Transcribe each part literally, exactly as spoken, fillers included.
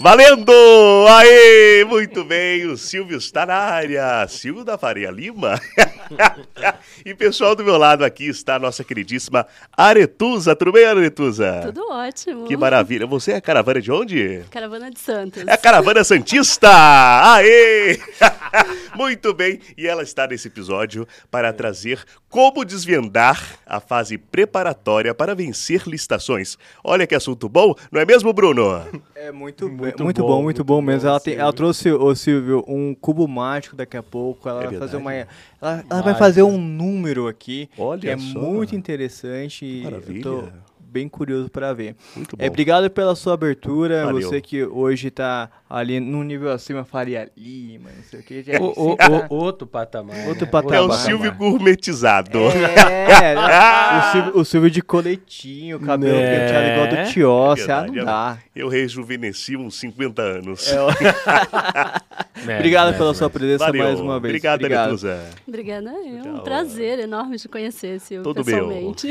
Valendo! Aê! Muito bem, o Silvio está na área. Silvio da Faria Lima. E pessoal, do meu lado aqui está a nossa queridíssima Aretusa. Tudo bem, Aretusa? Tudo ótimo. Que maravilha. Você é a caravana de onde? Caravana de Santos. É a caravana santista! Aê! Muito bem. E ela está nesse episódio para trazer como desvendar a fase preparatória para vencer licitações. Olha que assunto bom, não é mesmo, Bruno? É muito, Muito muito bom, bom, muito, muito bom bom, mesmo. Ela, tem, Silvio. ela trouxe, ô Silvio, um cubo mágico daqui a pouco. Ela É vai fazer verdade. uma. Ela, ela vai Mágica. fazer um número aqui. Olha que é só. muito interessante. E Maravilha. eu tô bem curioso para ver. Muito bom. É, obrigado pela sua abertura. Valeu. Você que hoje tá ali num nível acima, Faria Lima, não sei o que. Já, O, o- você tá- o- outro patamar. Outro né? patamar. É o Trabalho. Silvio gourmetizado. É, o, Silvio, o Silvio de coletinho, cabelo Né? penteado igual do Tiossi. Ah, não Verdade, dá. Eu rejuvenesci uns cinquenta anos. É, ó. Mede, Obrigado mede, pela sua mede. presença Valeu. mais uma vez. Obrigado, Aretusa. Obrigada, é um Legal. prazer enorme de conhecer, Silvio, Todo meu. pessoalmente.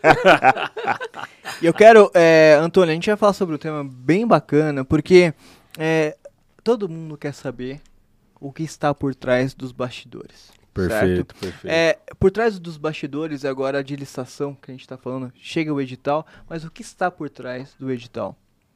E eu quero, é, Antônio, a gente vai falar sobre um tema bem bacana, porque é, todo mundo quer saber o que está por trás dos bastidores. Perfeito, certo? perfeito. É, por trás dos bastidores, agora de licitação que a gente está falando, chega o edital, mas o que está por trás do edital?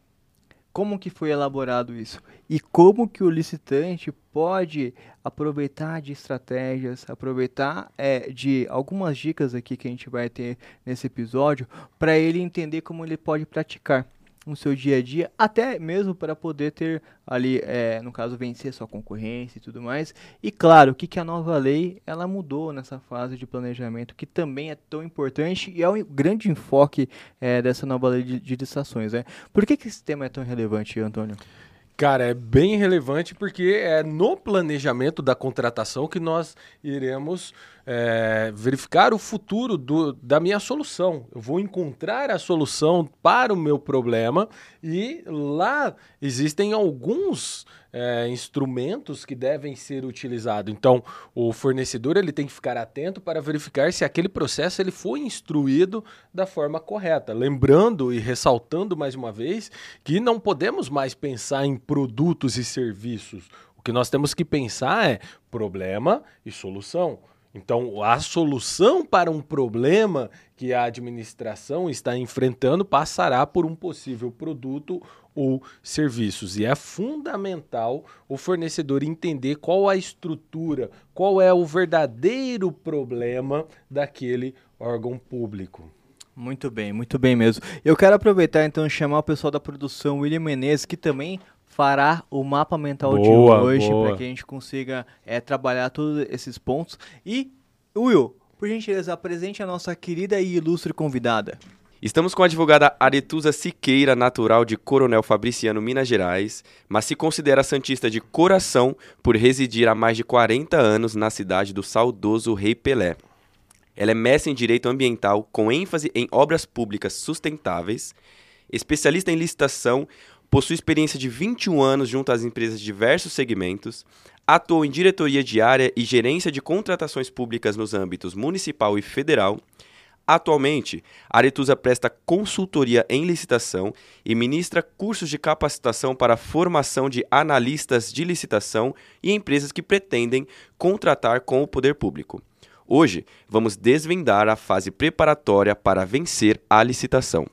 Como que foi elaborado isso? E como que o licitante pode aproveitar de estratégias, aproveitar é, de algumas dicas aqui que a gente vai ter nesse episódio, para ele entender como ele pode praticar no seu dia a dia, até mesmo para poder ter ali, é, no caso, vencer sua concorrência e tudo mais. E claro, o que, que a nova lei ela mudou nessa fase de planejamento, que também é tão importante e é um grande enfoque é, dessa nova lei de, de licitações. Né? Por que, que esse tema é tão relevante, Antônio? Cara, é bem relevante porque é no planejamento da contratação que nós iremos é, verificar o futuro do, da minha solução. Eu vou encontrar a solução para o meu problema e lá existem alguns é, instrumentos que devem ser utilizados. Então, o fornecedor ele tem que ficar atento para verificar se aquele processo ele foi instruído da forma correta. Lembrando e ressaltando mais uma vez que não podemos mais pensar em produtos e serviços. O que nós temos que pensar é problema e solução. Então, a solução para um problema que a administração está enfrentando passará por um possível produto ou serviços. E é fundamental o fornecedor entender qual a estrutura, qual é o verdadeiro problema daquele órgão público. Muito bem, muito bem mesmo. Eu quero aproveitar então e chamar o pessoal da produção, William Menezes, que também fará o mapa mental Boa, de hoje, boa. para que a gente consiga é, trabalhar todos esses pontos. E, Will, por gentileza, apresente a nossa querida e ilustre convidada. Estamos com a advogada Aretusa Siqueira, natural de Coronel Fabriciano, Minas Gerais, mas se considera santista de coração por residir há mais de quarenta anos na cidade do saudoso Rei Pelé. Ela é mestre em Direito Ambiental, com ênfase em obras públicas sustentáveis, especialista em licitação, possui experiência de vinte e um anos junto às empresas de diversos segmentos, atuou em diretoria de área e gerência de contratações públicas nos âmbitos municipal e federal. Atualmente, a Aretusa presta consultoria em licitação e ministra cursos de capacitação para a formação de analistas de licitação e empresas que pretendem contratar com o poder público. Hoje, vamos desvendar a fase preparatória para vencer a licitação.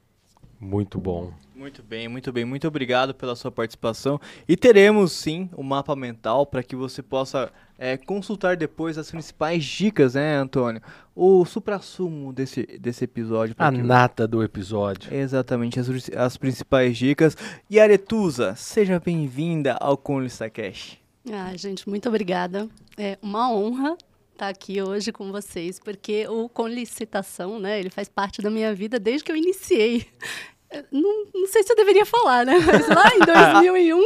Muito bom. Muito bem, muito bem. Muito obrigado pela sua participação. E teremos, sim, o mapa mental para que você possa é, consultar depois as principais dicas, né, Antônio? O suprassumo desse, desse episódio. pra A que- nata do episódio. Exatamente, as, as principais dicas. E Aretusa, seja bem-vinda ao Conlista Cash. Ah, gente, muito obrigada. É uma honra estar aqui hoje com vocês, porque o Com Licitação, né, ele faz parte da minha vida desde que eu iniciei. Eu Não, não sei se eu deveria falar, né? Mas lá em dois mil e um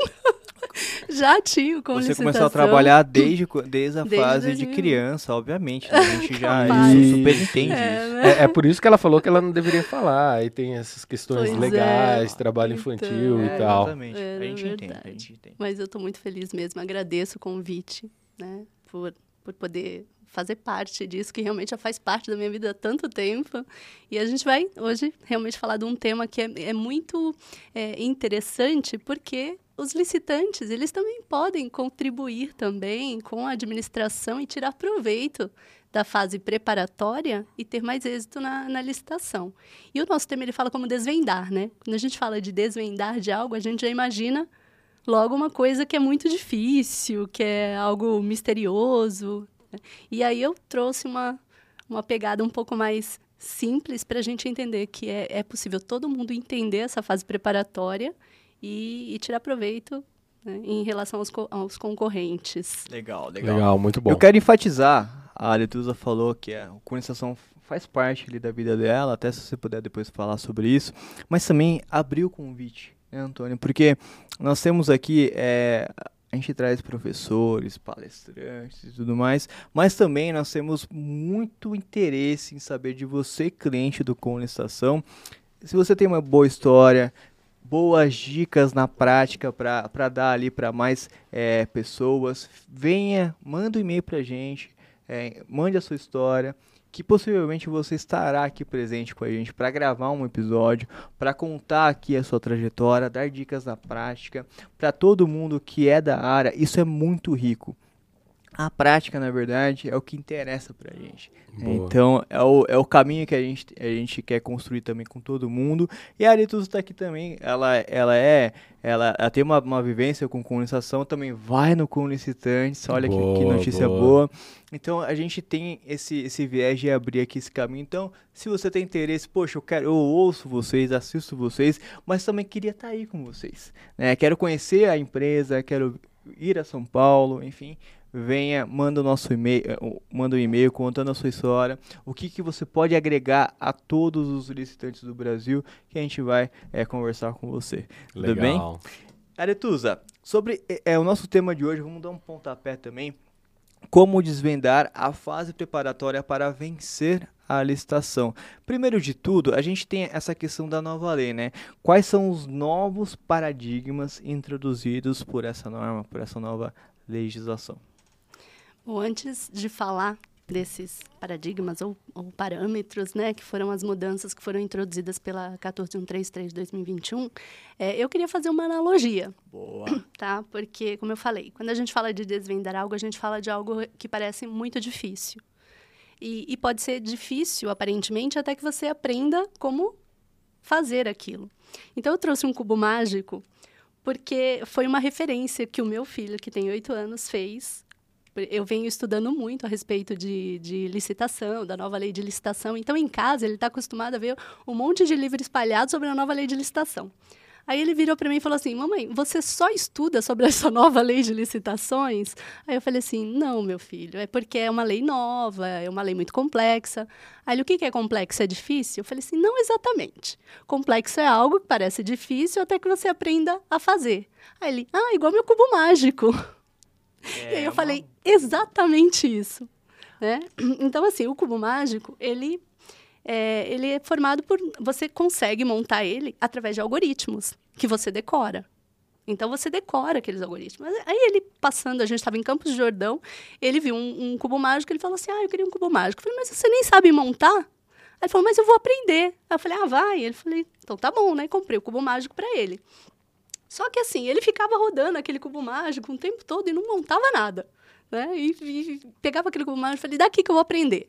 já tinha o Com Você Licitação. começou a trabalhar desde, co- desde a Desde fase de dois mil. criança, obviamente. Né? A gente já Capaz. isso super entende É, isso. né? É, é por isso que ela falou que ela não deveria falar. Aí tem essas questões Pois é. legais, trabalho Então, infantil É, e tal. exatamente. É, a gente verdade. entende, a gente entende. Mas eu estou muito feliz mesmo. Agradeço o convite, né? Por, por poder fazer parte disso, que realmente já faz parte da minha vida há tanto tempo. E a gente vai, hoje, realmente falar de um tema que é, é muito é, interessante, porque os licitantes, eles também podem contribuir também com a administração e tirar proveito da fase preparatória e ter mais êxito na, na licitação. E o nosso tema, ele fala como desvendar, né? Quando a gente fala de desvendar de algo, a gente já imagina logo uma coisa que é muito difícil, que é algo misterioso. Né? E aí eu trouxe uma, uma pegada um pouco mais simples para a gente entender que é, é possível todo mundo entender essa fase preparatória e, e tirar proveito, né, em relação aos, co- aos concorrentes. Legal, legal. Legal, muito bom. Eu quero enfatizar, a Aretusa falou que a condensação faz parte ali da vida dela, até se você puder depois falar sobre isso, mas também abrir o convite, né, Antônio? Porque nós temos aqui, é, a gente traz professores, palestrantes e tudo mais, mas também nós temos muito interesse em saber de você, cliente do Conlicitação, se você tem uma boa história, boas dicas na prática para dar ali para mais é, pessoas, venha, manda um e-mail para a gente, é, mande a sua história, que possivelmente você estará aqui presente com a gente para gravar um episódio, para contar aqui a sua trajetória, dar dicas na prática, para todo mundo que é da área, isso é muito rico. A prática, na verdade, é o que interessa pra gente. Né? Então, é o, é o caminho que a gente, a gente quer construir também com todo mundo. E a Aretusa está aqui também, ela, ela é, ela, ela tem uma, uma vivência com condensação, também vai no Conlicitantes, olha boa, que, que notícia boa. boa. Então, a gente tem esse, esse viés de abrir aqui esse caminho. Então, se você tem interesse, poxa, eu, quero, eu ouço vocês, assisto vocês, mas também queria estar aí com vocês. Né? Quero conhecer a empresa, quero ir a São Paulo, enfim... Venha, manda o nosso e-mail, manda um e-mail contando a sua história, o que, que você pode agregar a todos os licitantes do Brasil, que a gente vai é, conversar com você. Legal. Tudo bem? Aretusa, sobre é, o nosso tema de hoje, vamos dar um pontapé também, como desvendar a fase preparatória para vencer a licitação. Primeiro de tudo, a gente tem essa questão da nova lei, né? Quais são os novos paradigmas introduzidos por essa norma, por essa nova legislação? Bom, antes de falar desses paradigmas ou, ou parâmetros, né, que foram as mudanças que foram introduzidas pela quatorze mil cento e trinta e três de dois mil e vinte e um, é, eu queria fazer uma analogia. Boa. Tá? Porque, como eu falei, quando a gente fala de desvendar algo, a gente fala de algo que parece muito difícil. E, e pode ser difícil, aparentemente, até que você aprenda como fazer aquilo. Então, eu trouxe um cubo mágico porque foi uma referência que o meu filho, que tem oito anos, fez. Eu venho estudando muito a respeito de, de licitação, da nova lei de licitação. Então, em casa, ele está acostumado a ver um monte de livro espalhado sobre a nova lei de licitação. Aí ele virou para mim e falou assim, mamãe, você só estuda sobre essa nova lei de licitações? Aí eu falei assim, não, meu filho, é porque é uma lei nova, é uma lei muito complexa. Aí ele, o que é complexo? É difícil? Eu falei assim, não exatamente. Complexo é algo que parece difícil até que você aprenda a fazer. Aí ele, ah, igual meu cubo mágico. É, e aí eu uma... falei, exatamente isso. Né? Então, assim, o cubo mágico, ele... É, ele é formado por... Você consegue montar ele através de algoritmos que você decora. Então, você decora aqueles algoritmos. Aí, ele passando, a gente estava em Campos de Jordão, ele viu um, um cubo mágico, ele falou assim, ah, eu queria um cubo mágico. Eu falei, mas você nem sabe montar? Aí ele falou, mas eu vou aprender. Aí eu falei, ah, vai. Ele falou, então tá bom, né? Comprei o cubo mágico para ele. Só que, assim, ele ficava rodando aquele cubo mágico o tempo todo e não montava nada. Né? E, e pegava aquele cubo mágico e falei, daqui que eu vou aprender.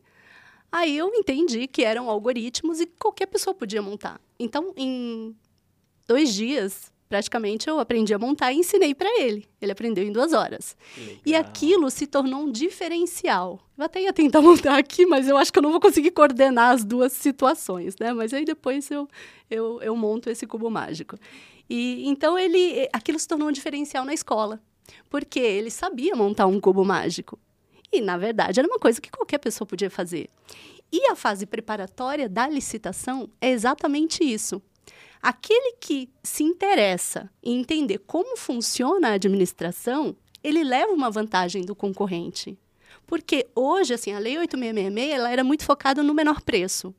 Aí eu entendi que eram algoritmos e qualquer pessoa podia montar. Então, em dois dias, praticamente, eu aprendi a montar e ensinei para ele. Ele aprendeu em duas horas. Legal. E aquilo se tornou um diferencial. Eu até ia tentar montar aqui, mas eu acho que eu não vou conseguir coordenar as duas situações, né? Mas aí depois eu, eu, eu monto esse cubo mágico. E, então, ele, aquilo se tornou um diferencial na escola, porque ele sabia montar um cubo mágico. E, na verdade, era uma coisa que qualquer pessoa podia fazer. E a fase preparatória da licitação é exatamente isso. Aquele que se interessa em entender como funciona a administração, ele leva uma vantagem do concorrente. Porque hoje, assim, a Lei oito mil seiscentos e sessenta e seis ela era muito focada no menor preço.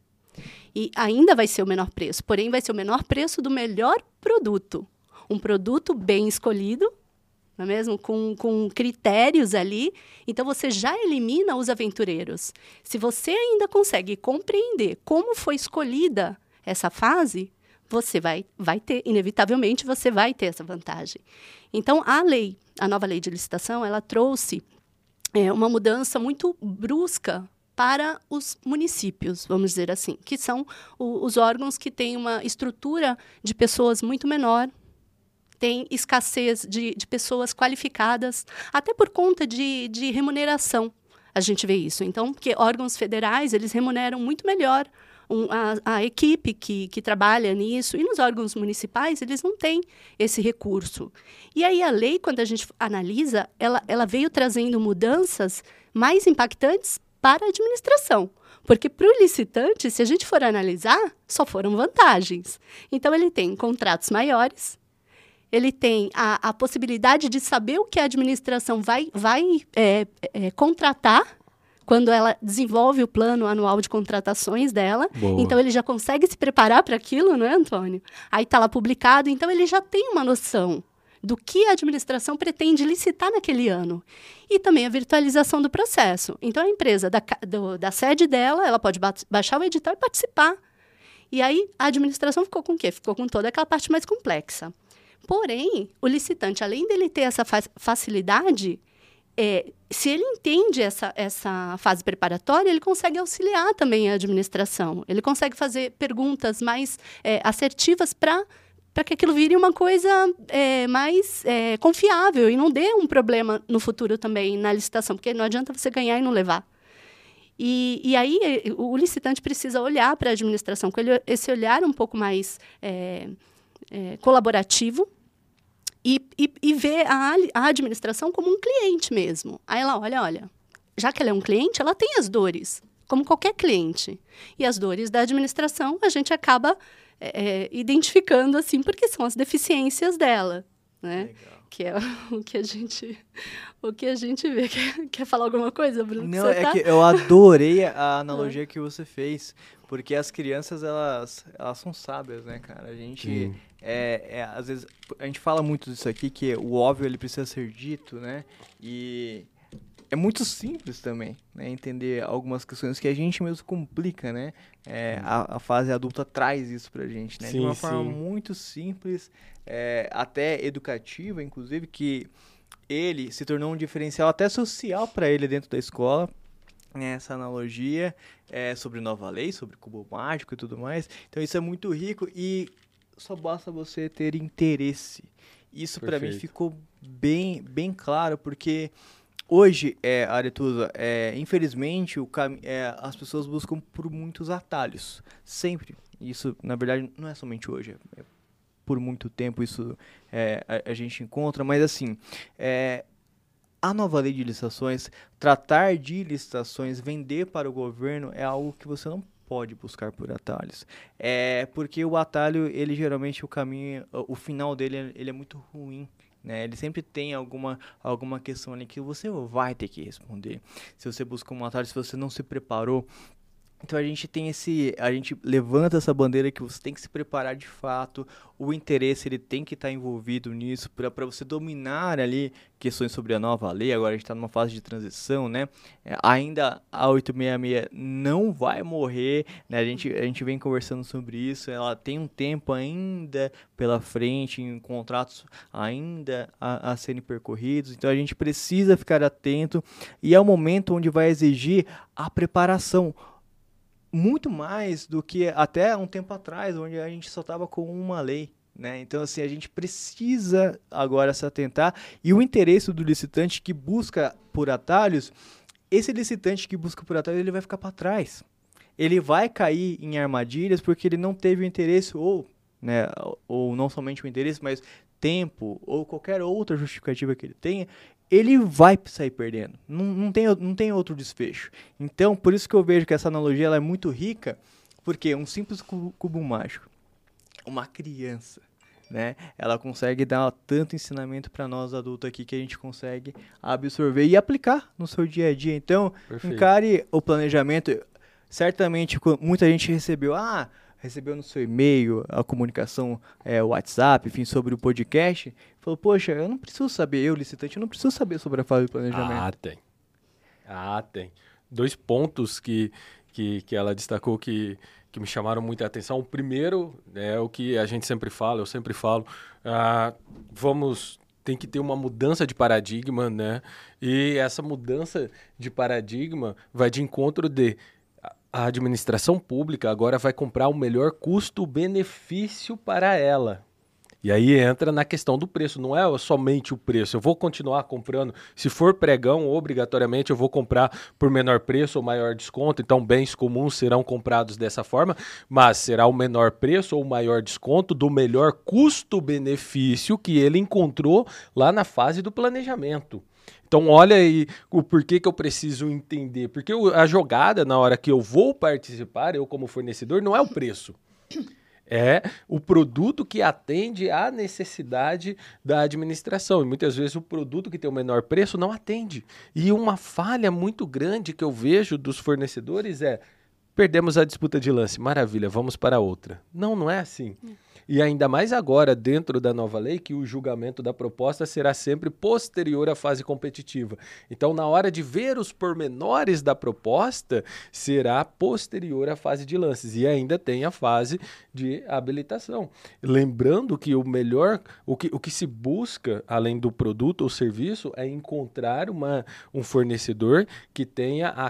E ainda vai ser o menor preço, porém vai ser o menor preço do melhor produto. Um produto bem escolhido não é mesmo? Com, com critérios ali, então você já elimina os aventureiros. Se você ainda consegue compreender como foi escolhida essa fase, você vai, vai ter, inevitavelmente, você vai ter essa vantagem. Então, a lei, a nova lei de licitação, ela trouxe é, uma mudança muito brusca para os municípios, vamos dizer assim, que são o, os órgãos que têm uma estrutura de pessoas muito menor, tem escassez de, de pessoas qualificadas, até por conta de, de remuneração, a gente vê isso. Então, porque órgãos federais, eles remuneram muito melhor um, a, a equipe que, que trabalha nisso, e nos órgãos municipais, eles não têm esse recurso. E aí, a lei, quando a gente analisa, ela, ela veio trazendo mudanças mais impactantes para a administração. Porque para o licitante, se a gente for analisar, só foram vantagens. Então, ele tem contratos maiores, ele tem a, a possibilidade de saber o que a administração vai, vai é, é, contratar quando ela desenvolve o plano anual de contratações dela. Boa. Então, ele já consegue se preparar para aquilo, não é, Antônio? Aí está lá publicado, então ele já tem uma noção do que a administração pretende licitar naquele ano. E também a virtualização do processo. Então, a empresa da, do, da sede dela, ela pode ba- baixar o edital e participar. E aí, a administração ficou com o quê? Ficou com toda aquela parte mais complexa. Porém, o licitante, além dele ter essa fa- facilidade, é, se ele entende essa, essa fase preparatória, ele consegue auxiliar também a administração. Ele consegue fazer perguntas mais é, assertivas para para que aquilo vire uma coisa é, mais é, confiável e não dê um problema no futuro também na licitação, porque não adianta você ganhar e não levar. E, e aí o licitante precisa olhar para a administração com ele, esse olhar um pouco mais é, é, colaborativo e, e, e ver a, a administração como um cliente mesmo. Aí ela olha, olha, já que ela é um cliente, ela tem as dores, como qualquer cliente. E as dores da administração a gente acaba É, identificando, assim, porque são as deficiências dela, né? Legal. Que é o que a gente, o que a gente vê. Quer, quer falar alguma coisa, Bruno? Não, você é tá? que eu adorei a analogia que você fez, porque as crianças, elas, elas são sábias, né, cara? A gente, é, é, às vezes, a gente fala muito disso aqui, que o óbvio, ele precisa ser dito, né? E é muito simples também, né, entender algumas questões que a gente mesmo complica, né? É, a, a fase adulta traz isso pra gente, né? Sim, de uma sim. forma muito simples, é, até educativa, inclusive, que ele se tornou um diferencial até social para ele dentro da escola. Essa analogia é, sobre nova lei, sobre cubo mágico e tudo mais. Então isso é muito rico e só basta você ter interesse. Isso para mim ficou bem, bem claro, porque hoje, é, Aretusa, é, infelizmente, o cam- é, as pessoas buscam por muitos atalhos. Sempre. Isso, na verdade, não é somente hoje. É, por muito tempo isso é, a, a gente encontra. Mas, assim, é, a nova lei de licitações, tratar de licitações, vender para o governo é algo que você não pode buscar por atalhos. É, porque o atalho, ele geralmente, o caminho, o final dele, ele é muito ruim. Né? Ele sempre tem alguma, alguma questão ali que você vai ter que responder. Se você buscou um atalho, se você não se preparou. Então a gente tem esse, a gente levanta essa bandeira que você tem que se preparar de fato, o interesse ele tem que estar envolvido nisso para você dominar ali questões sobre a nova lei. Agora a gente está numa fase de transição, né? É, ainda a oito seis seis não vai morrer, né? A gente, a gente vem conversando sobre isso, ela tem um tempo ainda pela frente, em contratos ainda a, a serem percorridos, então a gente precisa ficar atento e é o momento onde vai exigir a preparação. Muito mais do que até um tempo atrás, onde a gente só estava com uma lei, né? Então, assim, a gente precisa agora se atentar. E o interesse do licitante que busca por atalhos, esse licitante que busca por atalhos, ele vai ficar para trás. Ele vai cair em armadilhas porque ele não teve o interesse, ou, né, ou não somente o interesse, mas tempo, ou qualquer outra justificativa que ele tenha, ele vai sair perdendo. Não, não, tem, não tem outro desfecho. Então, por isso que eu vejo que essa analogia ela é muito rica, porque um simples cubo, cubo mágico, uma criança, né, ela consegue dar tanto ensinamento para nós adultos aqui que a gente consegue absorver e aplicar no seu dia a dia. Então, Perfeito. Encare o planejamento. Certamente, muita gente recebeu, ah, recebeu no seu e-mail a comunicação, é, o WhatsApp, enfim, sobre o podcast, falou, poxa, eu não preciso saber, eu, licitante, eu não preciso saber sobre a fase de planejamento. Ah, tem. Ah, tem. Dois pontos que, que, que ela destacou que, que me chamaram muita atenção. O primeiro é o que a gente sempre fala, eu sempre falo, ah, vamos... tem que ter uma mudança de paradigma, né? E essa mudança de paradigma vai de encontro de a administração pública agora vai comprar o melhor custo-benefício para ela. E aí entra na questão do preço, não é somente o preço. Eu vou continuar comprando, se for pregão, obrigatoriamente eu vou comprar por menor preço ou maior desconto, então bens comuns serão comprados dessa forma, mas será o menor preço ou o maior desconto do melhor custo-benefício que ele encontrou lá na fase do planejamento. Então olha aí o porquê que eu preciso entender, porque a jogada na hora que eu vou participar, eu como fornecedor, não é o preço. É o produto que atende à necessidade da administração. E muitas vezes o produto que tem o menor preço não atende. E uma falha muito grande que eu vejo dos fornecedores é: perdemos a disputa de lance, maravilha, vamos para outra. Não, não é assim. E ainda mais agora, dentro da nova lei, que o julgamento da proposta será sempre posterior à fase competitiva. Então, na hora de ver os pormenores da proposta, será posterior à fase de lances. E ainda tem a fase de habilitação. Lembrando que o melhor, o que, o que se busca, além do produto ou serviço, é encontrar uma, um fornecedor que tenha a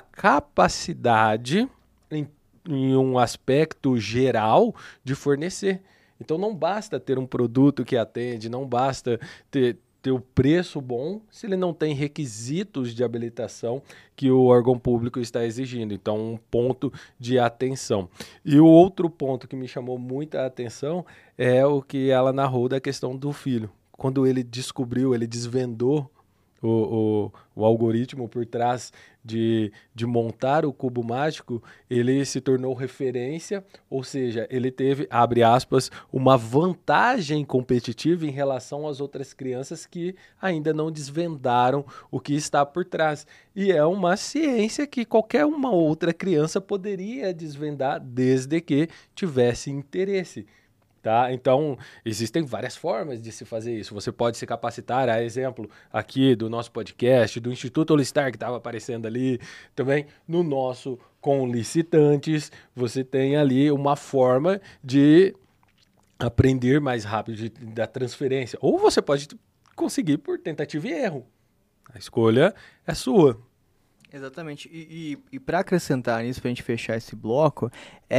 capacidade, em, em um aspecto geral, de fornecer. Então não basta ter um produto que atende, não basta ter, ter o preço bom se ele não tem requisitos de habilitação que o órgão público está exigindo. Então um ponto de atenção. E o outro ponto que me chamou muita atenção é o que ela narrou da questão do filho. Quando ele descobriu, ele desvendou O, o, o algoritmo por trás de, de montar o cubo mágico, ele se tornou referência, ou seja, ele teve, abre aspas, uma vantagem competitiva em relação às outras crianças que ainda não desvendaram o que está por trás. E é uma ciência que qualquer uma outra criança poderia desvendar desde que tivesse interesse. Tá? Então, existem várias formas de se fazer isso. Você pode se capacitar, a exemplo aqui do nosso podcast, do Instituto Holistar, que estava aparecendo ali, também no nosso Com Licitantes, você tem ali uma forma de aprender mais rápido de, da transferência. Ou você pode conseguir por tentativa e erro. A escolha é sua. Exatamente. E, e, e para acrescentar nisso, para a gente fechar esse bloco,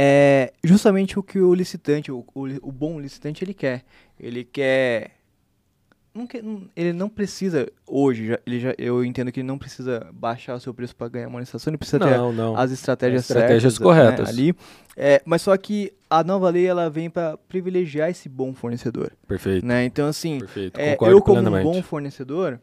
é justamente o que o licitante, o, o, o bom licitante, ele quer. Ele quer... Não quer ele não precisa, hoje, já, ele já, eu entendo que ele não precisa baixar o seu preço para ganhar uma licitação, ele precisa não, ter não. as estratégias, as estratégias certas, corretas. Né, ali. É, mas só que a nova lei, ela vem para privilegiar esse bom fornecedor. Perfeito. Né? Então, assim, Perfeito. é, Concordo eu como plenamente. um bom fornecedor,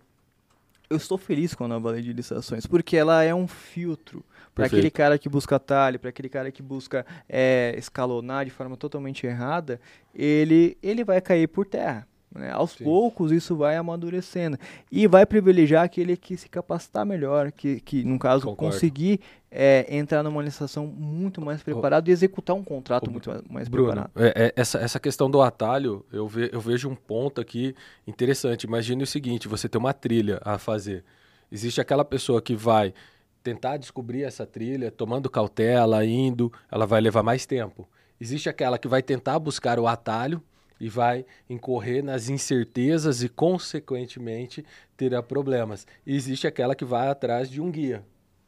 eu estou feliz com a nova lei de licitações, porque ela é um filtro para aquele cara que busca atalho, para aquele cara que busca é, escalonar de forma totalmente errada, ele, ele vai cair por terra. Né? Aos Sim. poucos isso vai amadurecendo e vai privilegiar aquele que se capacitar melhor, que, que no caso Concordo. conseguir é, entrar numa licitação muito mais preparado e executar um contrato o, muito mais Bruno, preparado. É, é, essa, essa questão do atalho, eu, ve, eu vejo um ponto aqui interessante. Imagine o seguinte, você tem uma trilha a fazer. Existe aquela pessoa que vai tentar descobrir essa trilha, tomando cautela, indo, ela vai levar mais tempo. Existe aquela que vai tentar buscar o atalho e vai incorrer nas incertezas e, consequentemente, terá problemas. E existe aquela que vai atrás de um guia.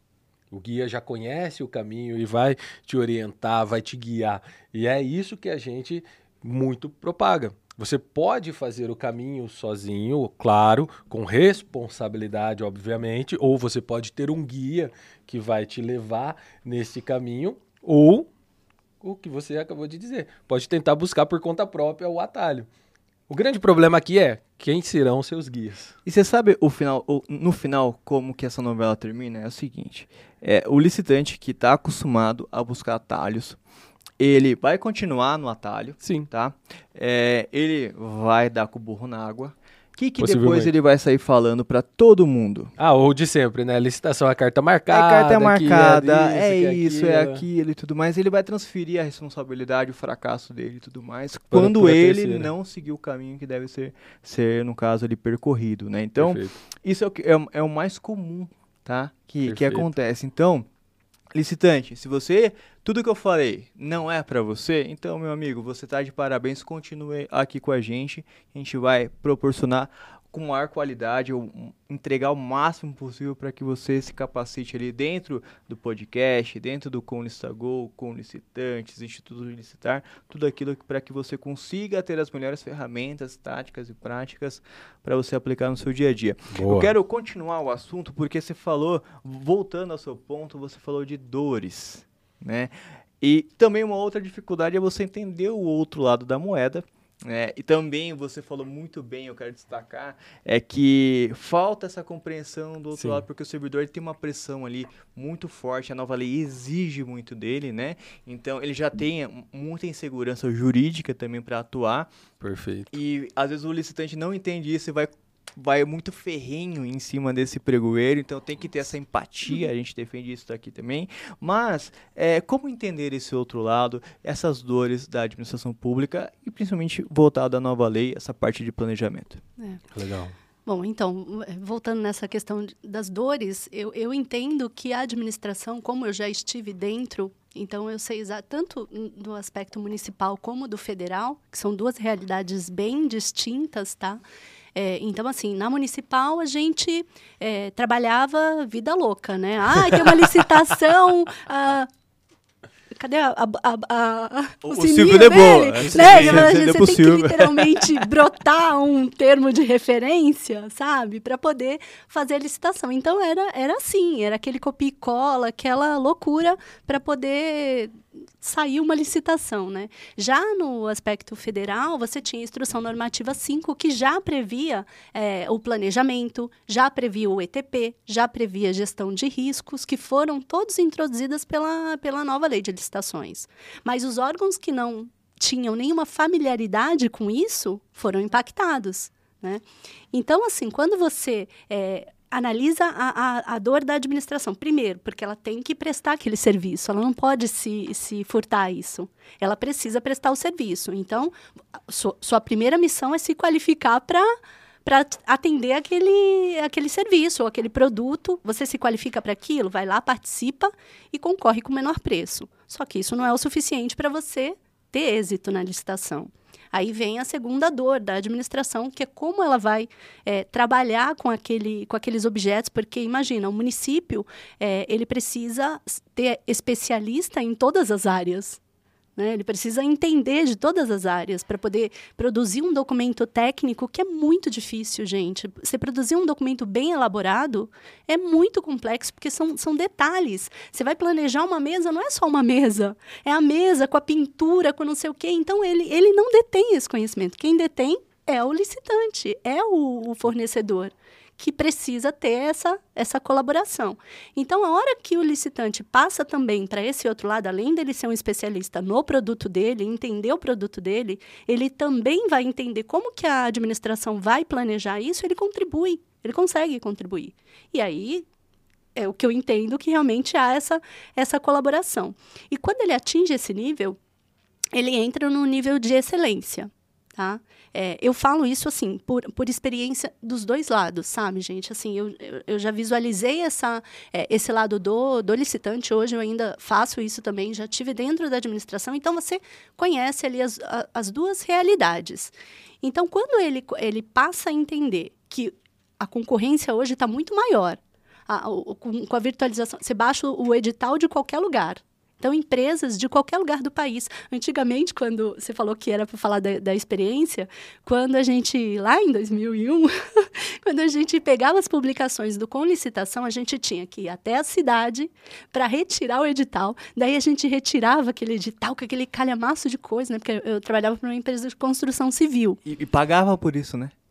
O guia já conhece o caminho e vai te orientar, vai te guiar. E é isso que a gente muito propaga. Você pode fazer o caminho sozinho, claro, com responsabilidade, obviamente, ou você pode ter um guia que vai te levar nesse caminho, ou o que você acabou de dizer, pode tentar buscar por conta própria o atalho. O grande problema aqui é quem serão seus guias. E você sabe o final, o, no final como que essa novela termina? É o seguinte, é, o licitante que está acostumado a buscar atalhos, ele vai continuar no atalho, Sim. Tá? É, ele vai dar com o burro na água que, que Possivelmente. depois ele vai sair falando para todo mundo? Ah, ou de sempre, né? Licitação é carta É marcada. carta que marcada, é é isso, isso, que é aquilo. aquilo e tudo mais. Ele vai transferir a responsabilidade, o fracasso dele e tudo mais, Para- quando para a ele terceira. não seguir o caminho que deve ser, ser no caso ali, percorrido, né? Então, Perfeito. isso é o, que, é, o- é o mais comum, tá? Que, que Perfeito. acontece. Então, licitante, se você, tudo que eu falei não é pra você, então, meu amigo, você tá de parabéns, continue aqui com a gente. A gente vai proporcionar com maior qualidade, ou um, entregar o máximo possível para que você se capacite ali dentro do podcast, dentro do Com Licitagol, com licitantes, Instituto de Licitar, tudo aquilo para que você consiga ter as melhores ferramentas, táticas e práticas para você aplicar no seu dia a dia. Boa. Eu quero continuar o assunto porque você falou, voltando ao seu ponto, você falou de dores, né? E também uma outra dificuldade é você entender o outro lado da moeda. É, e também você falou muito bem, eu quero destacar, é que falta essa compreensão do outro Sim. lado, porque o servidor ele tem uma pressão ali muito forte, a nova lei exige muito dele, né? Então ele já tem muita insegurança jurídica também para atuar, Perfeito. e às vezes o licitante não entende isso e vai vai muito ferrenho em cima desse pregoeiro, então tem que ter essa empatia, a gente defende isso daqui também, mas é, como entender esse outro lado, essas dores da administração pública e principalmente voltado à nova lei, essa parte de planejamento? Legal. Bom, então, voltando nessa questão de- das dores, eu, eu entendo que a administração, como eu já estive dentro, então eu sei exa- tanto do aspecto municipal como do federal, que são duas realidades bem distintas, tá? É, então, assim, na municipal a gente é, trabalhava vida louca, né? Ah, tem uma licitação... ah, cadê a, a, a, a, O- o, o sininho Silvio levou, dele? é, Né? sim, Você, sim, fala, sim, gente, deu você pro tem que Silvio. literalmente brotar um termo de referência, sabe? Para poder fazer a licitação. Então, era, era assim, era aquele copia e cola, aquela loucura para poder sair uma licitação, né? Já no aspecto federal, você tinha a Instrução Normativa cinco, que já previa é, o planejamento, já previa o E T P, já previa a gestão de riscos, que foram todos introduzidas pela, pela nova lei de licitações. Mas os órgãos que não tinham nenhuma familiaridade com isso foram impactados, né? Então, assim, quando você é, analisa a, a, a dor da administração, primeiro, porque ela tem que prestar aquele serviço, ela não pode se, se furtar a isso, ela precisa prestar o serviço. Então, su, sua primeira missão é se qualificar para para atender aquele, aquele serviço ou aquele produto. Você se qualifica para aquilo, vai lá, participa e concorre com o menor preço. Só que isso não é o suficiente para você ter êxito na licitação. Aí vem a segunda dor da administração, que é como ela vai é, trabalhar com, aquele, com aqueles objetos, porque, imagina, o município é, ele precisa ter especialista em todas as áreas. Né? Ele precisa entender de todas as áreas para poder produzir um documento técnico, que é muito difícil, gente. Você produzir um documento bem elaborado é muito complexo, porque são, são detalhes. Você vai planejar uma mesa, não é só uma mesa. É a mesa com a pintura, com não sei o quê. Então, ele, ele não detém esse conhecimento. Quem detém é o licitante, é o, o fornecedor, que precisa ter essa, essa colaboração. Então, a hora que o licitante passa também para esse outro lado, além dele ser um especialista no produto dele, entender o produto dele, ele também vai entender como que a administração vai planejar isso, ele contribui, ele consegue contribuir. E aí, é o que eu entendo que realmente há essa, essa colaboração. E quando ele atinge esse nível, ele entra no nível de excelência, tá? É, eu falo isso, assim, por, por experiência dos dois lados, sabe, gente? Assim, eu, eu, eu já visualizei essa, é, esse lado do, do licitante, hoje eu ainda faço isso também, já estive dentro da administração, então você conhece ali as, a, as duas realidades. Então, quando ele, ele passa a entender que a concorrência hoje está muito maior, a, o, com, com a virtualização, você baixa o, o edital de qualquer lugar. Então, empresas de qualquer lugar do país. Antigamente, quando você falou que era para falar da, da experiência, quando a gente, lá em dois mil e um, quando a gente pegava as publicações do Com Licitação, a gente tinha que ir até a cidade para retirar o edital. Daí a gente retirava aquele edital com aquele calhamaço de coisa, né? Porque eu trabalhava para uma empresa de construção civil. E, e pagava por isso, né?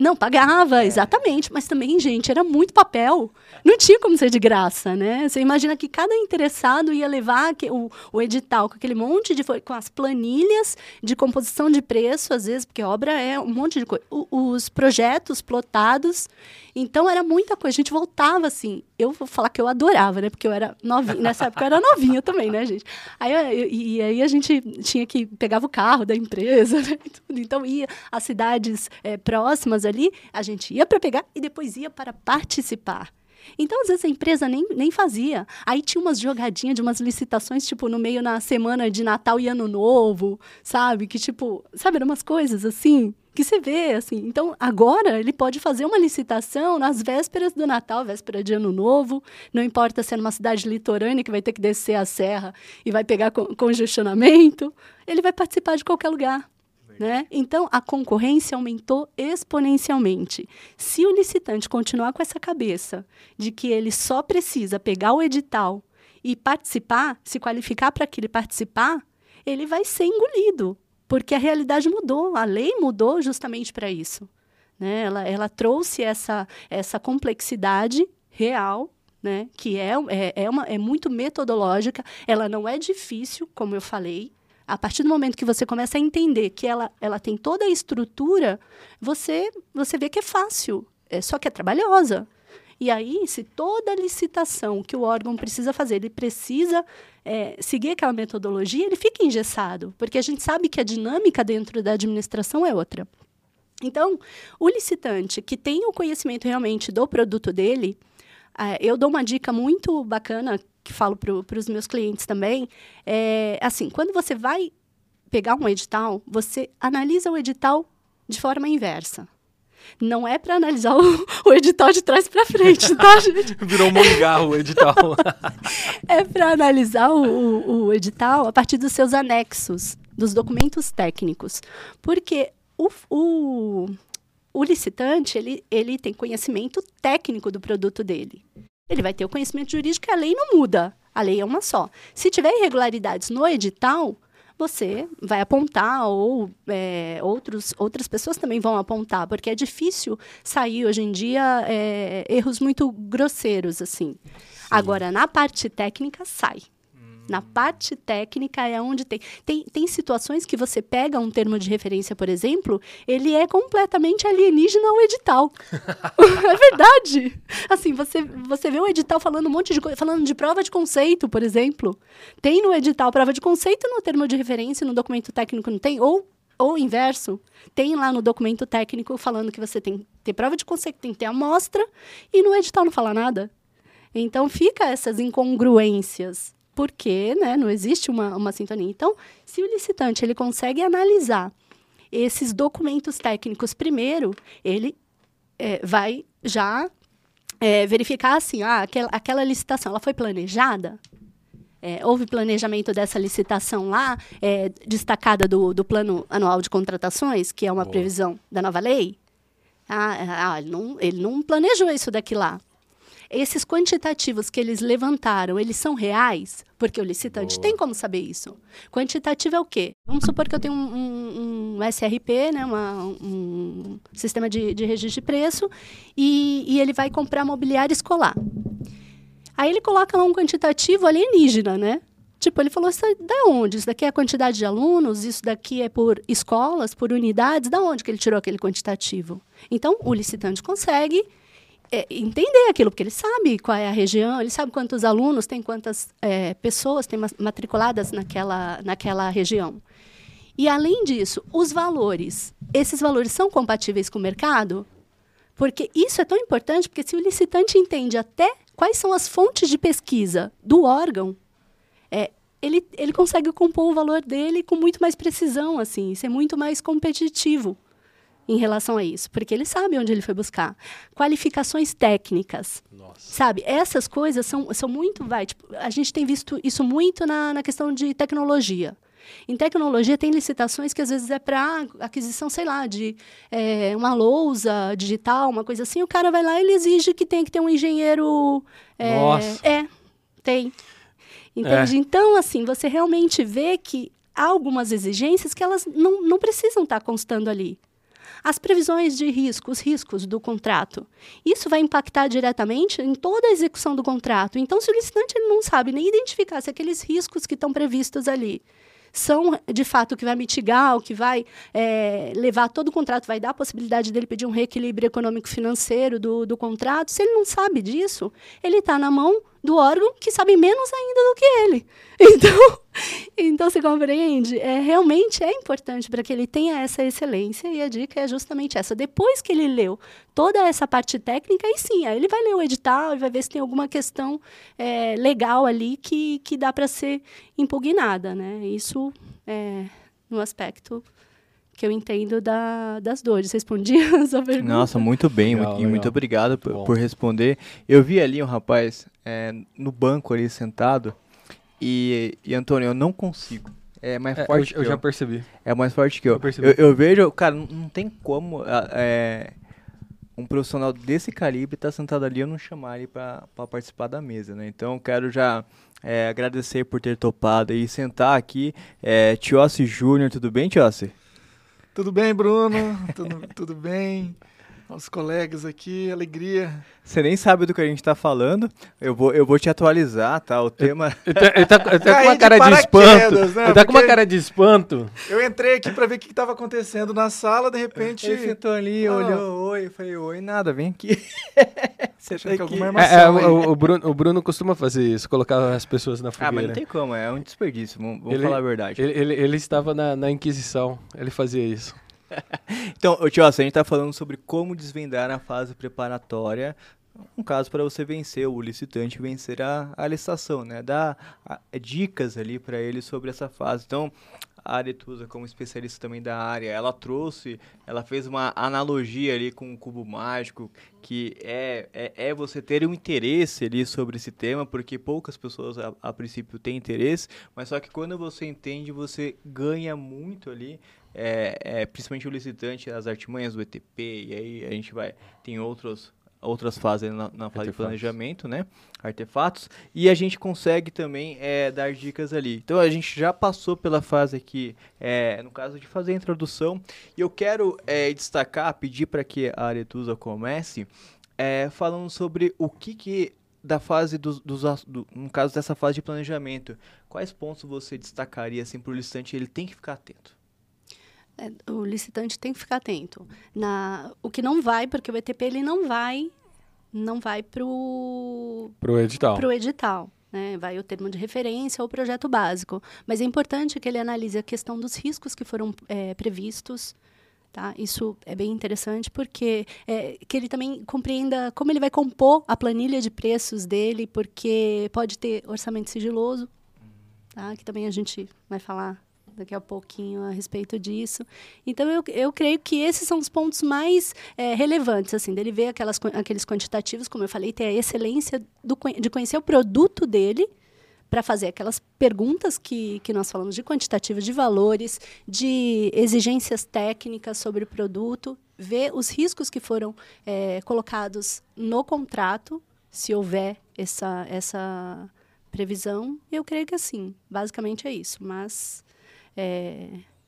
Não, pagava, é. exatamente. Mas também, gente, era muito papel. Não tinha como ser de graça, né? Você imagina que cada interessado ia levar o, o edital com aquele monte de... com as planilhas de composição de preço, às vezes, porque obra é um monte de coisa. Os projetos plotados. Então, era muita coisa. A gente voltava, assim... Eu vou falar que eu adorava, né? Porque eu era novinha. Nessa época, eu era novinha também, né, gente? Aí, eu, e aí, a gente tinha que... Pegava o carro da empresa, né? Então, ia às cidades é, próximas ali, a gente ia para pegar e depois ia para participar. Então, às vezes, a empresa nem, nem fazia. Aí tinha umas jogadinhas de umas licitações, tipo, no meio na semana de Natal e Ano Novo, sabe? Que, tipo, sabe, eram umas coisas assim, que você vê, assim. Então, agora, ele pode fazer uma licitação nas vésperas do Natal, véspera de Ano Novo, não importa se é numa cidade litorânea que vai ter que descer a serra e vai pegar con- congestionamento, ele vai participar de qualquer lugar. Né? Então, a concorrência aumentou exponencialmente. Se o licitante continuar com essa cabeça de que ele só precisa pegar o edital e participar, se qualificar para aquele participar, ele vai ser engolido, porque a realidade mudou, a lei mudou justamente para isso. Né? Ela, ela trouxe essa, essa complexidade real, né? Que é, é, é, uma, é muito metodológica, ela não é difícil, como eu falei. A partir do momento que você começa a entender que ela, ela tem toda a estrutura, você, você vê que é fácil, é, só que é trabalhosa. E aí, se toda licitação que o órgão precisa fazer, ele precisa é, seguir aquela metodologia, ele fica engessado, porque a gente sabe que a dinâmica dentro da administração é outra. Então, o licitante que tem o conhecimento realmente do produto dele, é, eu dou uma dica muito bacana, que falo para os meus clientes também, é assim, quando você vai pegar um edital, você analisa o edital de forma inversa. Não é para analisar o, o edital de trás para frente, tá, gente? Virou um mangá o edital. É para analisar o, o, o edital a partir dos seus anexos, dos documentos técnicos. Porque o, o, o licitante, ele, ele tem conhecimento técnico do produto dele. Ele vai ter o conhecimento jurídico, a lei não muda. A lei é uma só. Se tiver irregularidades no edital, você vai apontar, ou é, outros, outras pessoas também vão apontar, porque é difícil sair, hoje em dia, é, erros muito grosseiros, assim. Sim. Agora, na parte técnica, sai. Na parte técnica é onde tem, tem... Tem situações que você pega um termo de referência, por exemplo, ele é completamente alienígena ao edital. É verdade. Assim, você, você vê o edital falando um monte de coisa, falando de prova de conceito, por exemplo. Tem no edital prova de conceito, no termo de referência, no documento técnico não tem, ou ou inverso. Tem lá no documento técnico falando que você tem que ter prova de conceito, tem que ter amostra, e no edital não fala nada. Então, fica essas incongruências. Porque, né, não existe uma, uma sintonia. Então, se o licitante ele consegue analisar esses documentos técnicos primeiro, ele é, vai já é, verificar assim, ah, aquela, aquela licitação, ela foi planejada? É, houve planejamento dessa licitação lá, é, destacada do, do Plano Anual de Contratações, que é uma Boa. previsão da nova lei? Ah, ah ele, não, ele não planejou isso daqui lá. Esses quantitativos que eles levantaram, eles são reais? Porque o licitante Boa. tem como saber isso. Quantitativo é o quê? Vamos supor que eu tenho um, um, um S R P, né, uma, um sistema de, de registro de preço, e, e ele vai comprar mobiliário escolar. Aí ele coloca lá um quantitativo alienígena, né? Tipo, ele falou, isso é da onde? Isso daqui é a quantidade de alunos? Isso daqui é por escolas, por unidades? Da onde que ele tirou aquele quantitativo? Então, o licitante consegue... É, entender aquilo, porque ele sabe qual é a região, ele sabe quantos alunos, tem quantas é, pessoas tem matriculadas naquela, naquela região. E, além disso, os valores, esses valores são compatíveis com o mercado? Porque isso é tão importante, porque se o licitante entende até quais são as fontes de pesquisa do órgão, é, ele, ele consegue compor o valor dele com muito mais precisão, assim, ser muito mais competitivo em relação a isso, porque ele sabe onde ele foi buscar. Qualificações técnicas, Nossa. sabe? Essas coisas são, são muito... Vai, tipo, a gente tem visto isso muito na, na questão de tecnologia. Em tecnologia, tem licitações que, às vezes, é para aquisição, sei lá, de é, uma lousa digital, uma coisa assim. O cara vai lá e ele exige que tem que ter um engenheiro... É, Nossa! É, tem. Entende? É. Então, assim, você realmente vê que há algumas exigências que elas não, não precisam estar constando ali. as previsões de risco, os riscos do contrato. Isso vai impactar diretamente em toda a execução do contrato. Então, se o licitante ele não sabe nem identificar se aqueles riscos que estão previstos ali são, de fato, o que vai mitigar, o que vai é, levar todo o contrato, vai dar a possibilidade dele pedir um reequilíbrio econômico-financeiro do, do contrato. Se ele não sabe disso, ele está na mão do órgão que sabe menos ainda do que ele. Então, então você compreende? É, realmente é importante para que ele tenha essa excelência, e a dica é justamente essa. Depois que ele leu toda essa parte técnica, aí sim, aí ele vai ler o edital e vai ver se tem alguma questão é, legal ali que, que dá para ser impugnada, né? Isso é no aspecto que eu entendo da, das dores. Respondi a sua pergunta? Nossa, muito bem, Legal, muito, legal. muito obrigado por, por responder. Eu vi ali um rapaz é, no banco ali sentado e, e, Antônio, eu não consigo. É mais É, forte eu, que eu eu. já percebi. É mais forte que eu. Eu percebi. Eu, eu vejo, cara, não, não tem como é, um profissional desse calibre estar sentado ali e eu não chamar ele para participar da mesa, né? Então, quero já é, agradecer por ter topado e sentar aqui. É, Tiossi Júnior, tudo bem, Tiossi? Tudo bem, Bruno? tudo, tudo bem? Os colegas aqui, alegria. Você nem sabe do que a gente tá falando. Eu vou, eu vou te atualizar, tá? O tema... Ele tá, ele tá- ele tá com Caí uma de cara de paraquedas, espanto. né? Ele tá com uma Porque- cara de espanto. Eu entrei aqui pra ver o que estava acontecendo na sala, de repente... Ele sentou ali, Ah. olhou, oi, eu falei, oi, nada, vem aqui. Você Achando que tá aqui. alguma É, é, armação aí. o, o Bruno, o Bruno costuma fazer isso, colocar as pessoas na Ah, fogueira. mas não tem como, é um desperdício, vamos, vamos Ele- falar a verdade. Ele, ele, ele estava na, na Inquisição, ele fazia isso. Então, ô, tio, a gente tá falando sobre como desvendar a fase preparatória, um caso para você vencer, o licitante vencer a, a licitação, né? Dar a- dicas ali para ele sobre essa fase. Então, a Aretusa, como especialista também da área, ela trouxe, ela fez uma analogia ali com o cubo mágico, que é, é, é você ter um interesse ali sobre esse tema, porque poucas pessoas a, a princípio têm interesse, mas só que quando você entende, você ganha muito ali, é, é, principalmente o licitante, as artimanhas do E T P, e aí a gente vai, tem outros... outras fases na, na fase de Artefatos. planejamento, né? Artefatos. E a gente consegue também é, dar dicas ali. Então, a gente já passou pela fase aqui, é, no caso de fazer a introdução. E eu quero é, destacar, pedir para que a Aretusa comece é, falando sobre o que que da fase dos, dos ass- do, no caso dessa fase de planejamento, quais pontos você destacaria assim para o licitante ele tem que ficar atento? É, o licitante tem que ficar atento. Na, o que não vai, porque o E T P ele não vai, não vai para o Pro edital. pro edital. Né? Vai o termo de referência ou o projeto básico. Mas é importante que ele analise a questão dos riscos que foram é, previstos. Tá? Isso é bem interessante, porque é, que ele também compreenda como ele vai compor a planilha de preços dele, porque pode ter orçamento sigiloso, tá? Que também a gente vai falar daqui a pouquinho a respeito disso. Então, eu, eu creio que esses são os pontos mais é, relevantes, assim, dele ver aquelas, aqueles quantitativos, como eu falei, ter a excelência do, de conhecer o produto dele, para fazer aquelas perguntas que, que nós falamos de quantitativos, de valores, de exigências técnicas sobre o produto, ver os riscos que foram é, colocados no contrato, se houver essa, essa previsão. Eu creio que assim, basicamente é isso, mas... É,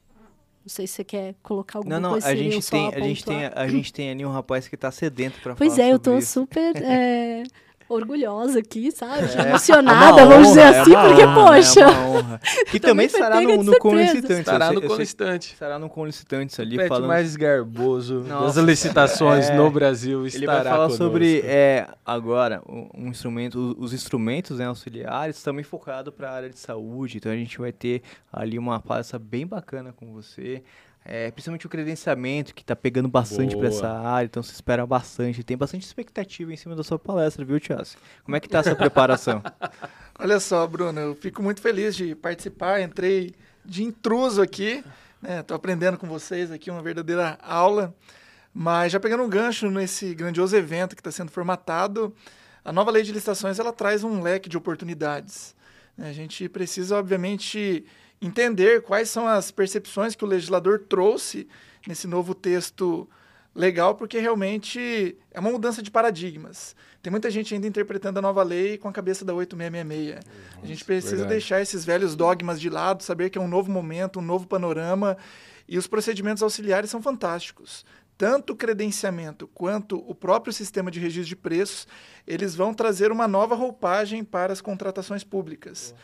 não sei se você quer colocar alguma Não, não, coisa. a seriam gente, só tem, a, gente tem, pontuar. a gente tem ali um rapaz que está sedento para falar Pois é, eu sobre tô isso. super é, orgulhosa aqui, sabe? É, Emocionada, é uma vamos dizer honra, é assim, uma porque, honra, poxa... É uma honra. Que também foi estará pega no, de no Com surpresa. Licitantes. Estará eu no sei- eu sei- Colistante. Estará no Com Licitantes ali, O pet falando... mais garboso Nossa, das licitações é. no Brasil Ele estará vai falar conosco. sobre, é, agora, um, um instrumento, os instrumentos, né, auxiliares, também focado para a área de saúde. Então, a gente vai ter ali uma palestra bem bacana com você. É, principalmente o credenciamento, que está pegando bastante para Boa. essa área. Então, se espera bastante. Tem bastante expectativa em cima da sua palestra, viu, Tiago? Como é que está essa preparação? Olha só, Bruno, eu fico muito feliz de participar. Entrei de intruso aqui, né? Tô aprendendo com vocês aqui, uma verdadeira aula. Mas já pegando um gancho nesse grandioso evento que está sendo formatado, a nova lei de licitações ela traz um leque de oportunidades. A gente precisa, obviamente, entender quais são as percepções que o legislador trouxe nesse novo texto legal, porque realmente é uma mudança de paradigmas. Tem muita gente ainda interpretando a nova lei com a cabeça da oito seis seis seis. A gente precisa verdade. deixar esses velhos dogmas de lado, saber que é um novo momento, um novo panorama, E os procedimentos auxiliares são fantásticos. Tanto o credenciamento quanto o próprio sistema de registro de preços, eles vão trazer uma nova roupagem para as contratações públicas.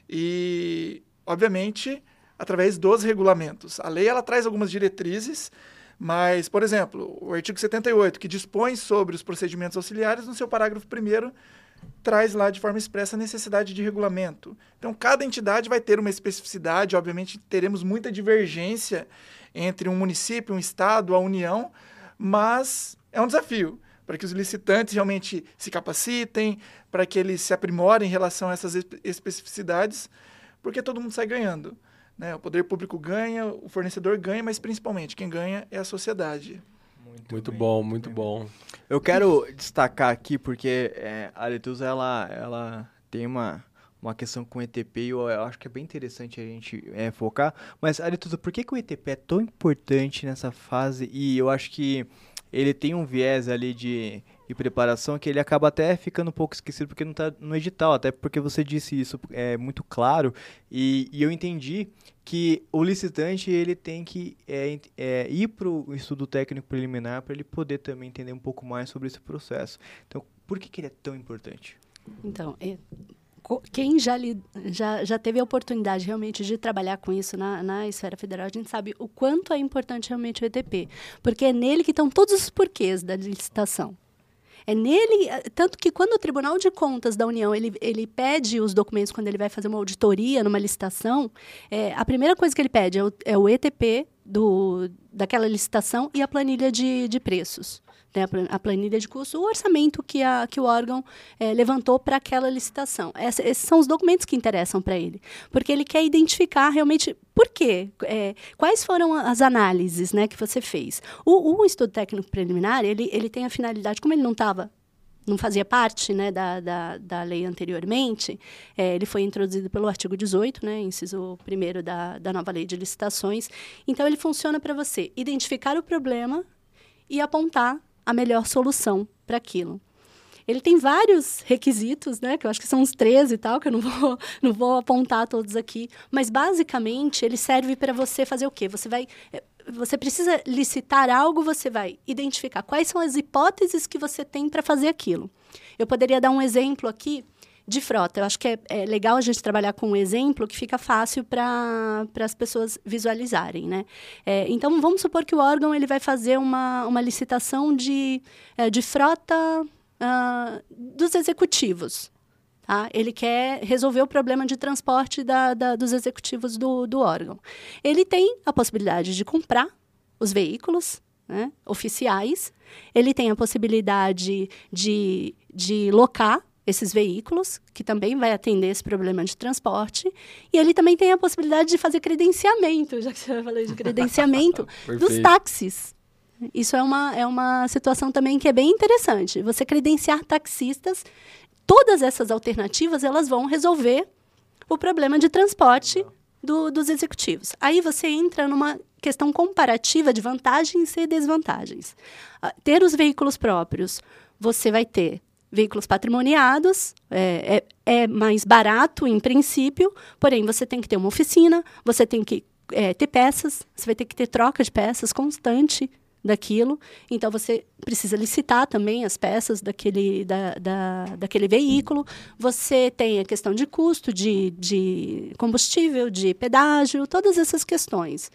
E, obviamente, através dos regulamentos. A lei ela traz algumas diretrizes, mas, por exemplo, o artigo setenta e oito, que dispõe sobre os procedimentos auxiliares, no seu parágrafo primeiro, traz lá de forma expressa a necessidade de regulamento. Então, cada entidade vai ter uma especificidade, obviamente teremos muita divergência entre um município, um estado, a União, mas é um desafio para que os licitantes realmente se capacitem, para que eles se aprimorem em relação a essas especificidades, porque todo mundo sai ganhando, né? O poder público ganha, o fornecedor ganha, mas principalmente quem ganha é a sociedade. Muito, muito bom, muito bom. Eu quero destacar aqui, porque é, a Aretusa, ela, ela tem uma, uma questão com o E T P, e eu, eu acho que é bem interessante a gente é, focar. Mas, Aretusa, por que, que o E T P é tão importante nessa fase? E eu acho que ele tem um viés ali de, de preparação que ele acaba até ficando um pouco esquecido porque não está no edital, até porque você disse isso é muito claro, e, e eu entendi que o licitante ele tem que é, é, ir para o estudo técnico preliminar para ele poder também entender um pouco mais sobre esse processo. Então, por que, que ele é tão importante? Então, é, quem já, li, já, já teve a oportunidade realmente de trabalhar com isso na, na esfera federal, a gente sabe o quanto é importante realmente o E T P, porque é nele que estão todos os porquês da licitação. É nele, tanto que quando o Tribunal de Contas da União, ele, ele pede os documentos quando ele vai fazer uma auditoria numa licitação, é, a primeira coisa que ele pede é o, é o E T P do, daquela licitação e a planilha de, de preços, né, a planilha de custo, o orçamento que, a, que o órgão é, levantou para aquela licitação. Essa, esses são os documentos que interessam para ele, porque ele quer identificar realmente por quê, é, quais foram as análises, né, que você fez. O, o estudo técnico preliminar, ele, ele tem a finalidade, como ele não estava, não fazia parte, né, da, da, da lei anteriormente, é, ele foi introduzido pelo artigo dezoito, né, inciso primeiro da, da nova lei de licitações. Então, ele funciona para você identificar o problema e apontar a melhor solução para aquilo. Ele tem vários requisitos, né, que eu acho que são uns treze e tal, que eu não vou, não vou apontar todos aqui, mas basicamente ele serve para você fazer o quê? Você vai, você precisa licitar algo, você vai identificar quais são as hipóteses que você tem para fazer aquilo. Eu poderia dar um exemplo aqui de frota. Eu acho que é, é legal a gente trabalhar com um exemplo que fica fácil para as pessoas visualizarem, né? É, então, vamos supor que o órgão ele vai fazer uma, uma licitação de, é, de frota uh, dos executivos. Tá? Ele quer resolver o problema de transporte da, da, dos executivos do, do órgão. Ele tem a possibilidade de comprar os veículos, né, oficiais. Ele tem a possibilidade de, de locar esses veículos, que também vai atender esse problema de transporte, e ele também tem a possibilidade de fazer credenciamento, já que você falou de credenciamento, dos táxis. Isso é uma, é uma situação também que é bem interessante. Você credenciar taxistas, todas essas alternativas, elas vão resolver o problema de transporte do, dos executivos. Aí você entra numa questão comparativa de vantagens e desvantagens. Uh, ter os veículos próprios, você vai ter veículos patrimoniados, é, é, é mais barato em princípio, porém você tem que ter uma oficina, você tem que é, ter peças, você vai ter que ter troca de peças constante daquilo, então você precisa licitar também as peças daquele, da, da, daquele veículo, você tem a questão de custo, de, de combustível, de pedágio, todas essas questões.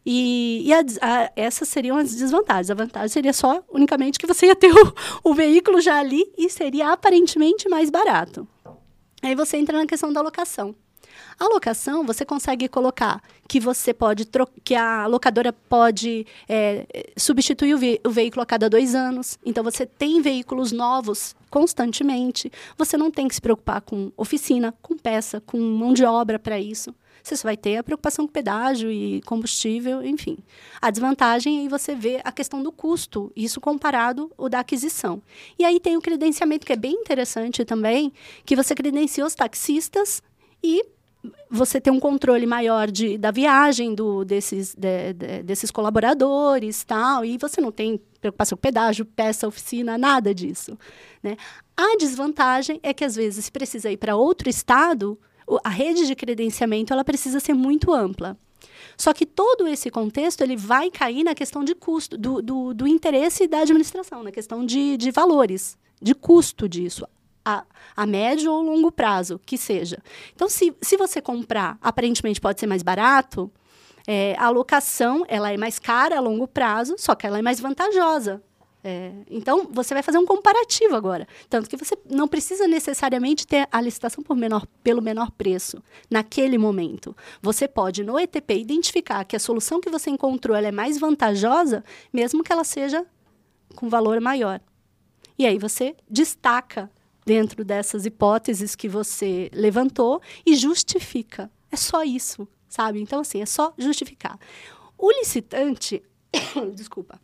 E, e a, a, essas seriam as desvantagens. A vantagem seria só, unicamente, que você ia ter o, o veículo já ali e seria aparentemente mais barato. Aí você entra na questão da locação. A locação, você consegue colocar que você pode que a locadora pode é, substituir o, ve o veículo a cada dois anos. Então, você tem veículos novos constantemente. Você não tem que se preocupar com oficina, com peça, com mão de obra para isso. Você só vai ter a preocupação com pedágio e combustível, enfim. A desvantagem, aí você vê a questão do custo, isso comparado ao da aquisição. E aí tem o credenciamento, que é bem interessante também, que você credencia os taxistas e você tem um controle maior de, da viagem do, desses, de, de, desses colaboradores, tal, e você não tem preocupação com pedágio, peça, oficina, nada disso, né? A desvantagem é que, às vezes, precisa ir para outro estado, a rede de credenciamento ela precisa ser muito ampla. Só que todo esse contexto ele vai cair na questão de custo, do, do, do interesse da administração, na questão de, de valores, de custo disso, a, a médio ou longo prazo, que seja. Então, se, se você comprar, aparentemente pode ser mais barato, é, a alocação ela é mais cara a longo prazo, só que ela é mais vantajosa. É, então, você vai fazer um comparativo agora. Tanto que você não precisa necessariamente ter a licitação por menor, pelo menor preço naquele momento. Você pode, no E T P, identificar que a solução que você encontrou ela é mais vantajosa, mesmo que ela seja com valor maior. E aí você destaca dentro dessas hipóteses que você levantou e justifica. É só isso, sabe? Então, assim, é só justificar. O licitante... Desculpa.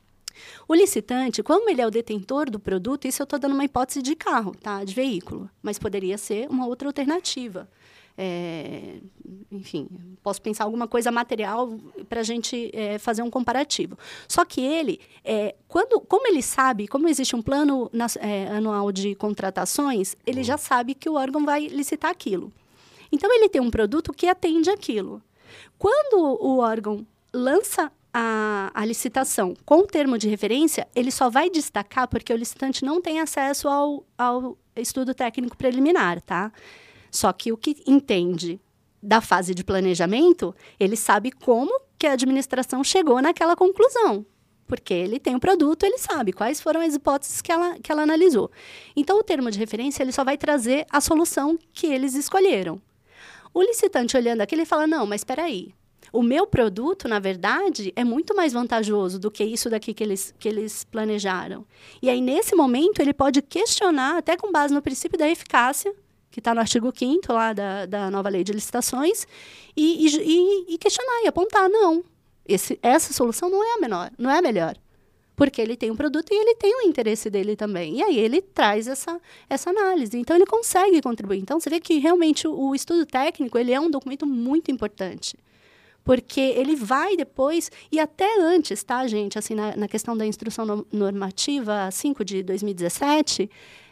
O licitante, como ele é o detentor do produto, isso eu estou dando uma hipótese de carro, tá? De veículo, mas poderia ser uma outra alternativa. É, enfim, posso pensar alguma coisa material para a gente é, fazer um comparativo. Só que ele, é, quando, como ele sabe, como existe um plano na, é, anual de contratações, ele já sabe que o órgão vai licitar aquilo. Então, ele tem um produto que atende aquilo. Quando o órgão lança A, a licitação com o termo de referência, ele só vai destacar porque o licitante não tem acesso ao, ao estudo técnico preliminar, tá? Só que o que entende da fase de planejamento, ele sabe como que a administração chegou naquela conclusão. Porque ele tem o produto, ele sabe quais foram as hipóteses que ela, que ela analisou. Então, o termo de referência, ele só vai trazer a solução que eles escolheram. O licitante olhando aqui, ele fala, não, mas espera aí. O meu produto, na verdade, é muito mais vantajoso do que isso daqui que eles, que eles planejaram. E aí, nesse momento, ele pode questionar, até com base no princípio da eficácia, que está no artigo quinto lá da, da nova lei de licitações, e, e, e questionar e apontar, não, esse, essa solução não é a menor, não é a melhor. Porque ele tem um produto e ele tem o interesse dele também. E aí ele traz essa, essa análise. Então, ele consegue contribuir. Então, você vê que realmente o, o estudo técnico ele é um documento muito importante. Porque ele vai depois, e até antes, tá, gente? Assim, na, na questão da instrução normativa cinco de dois mil e dezessete,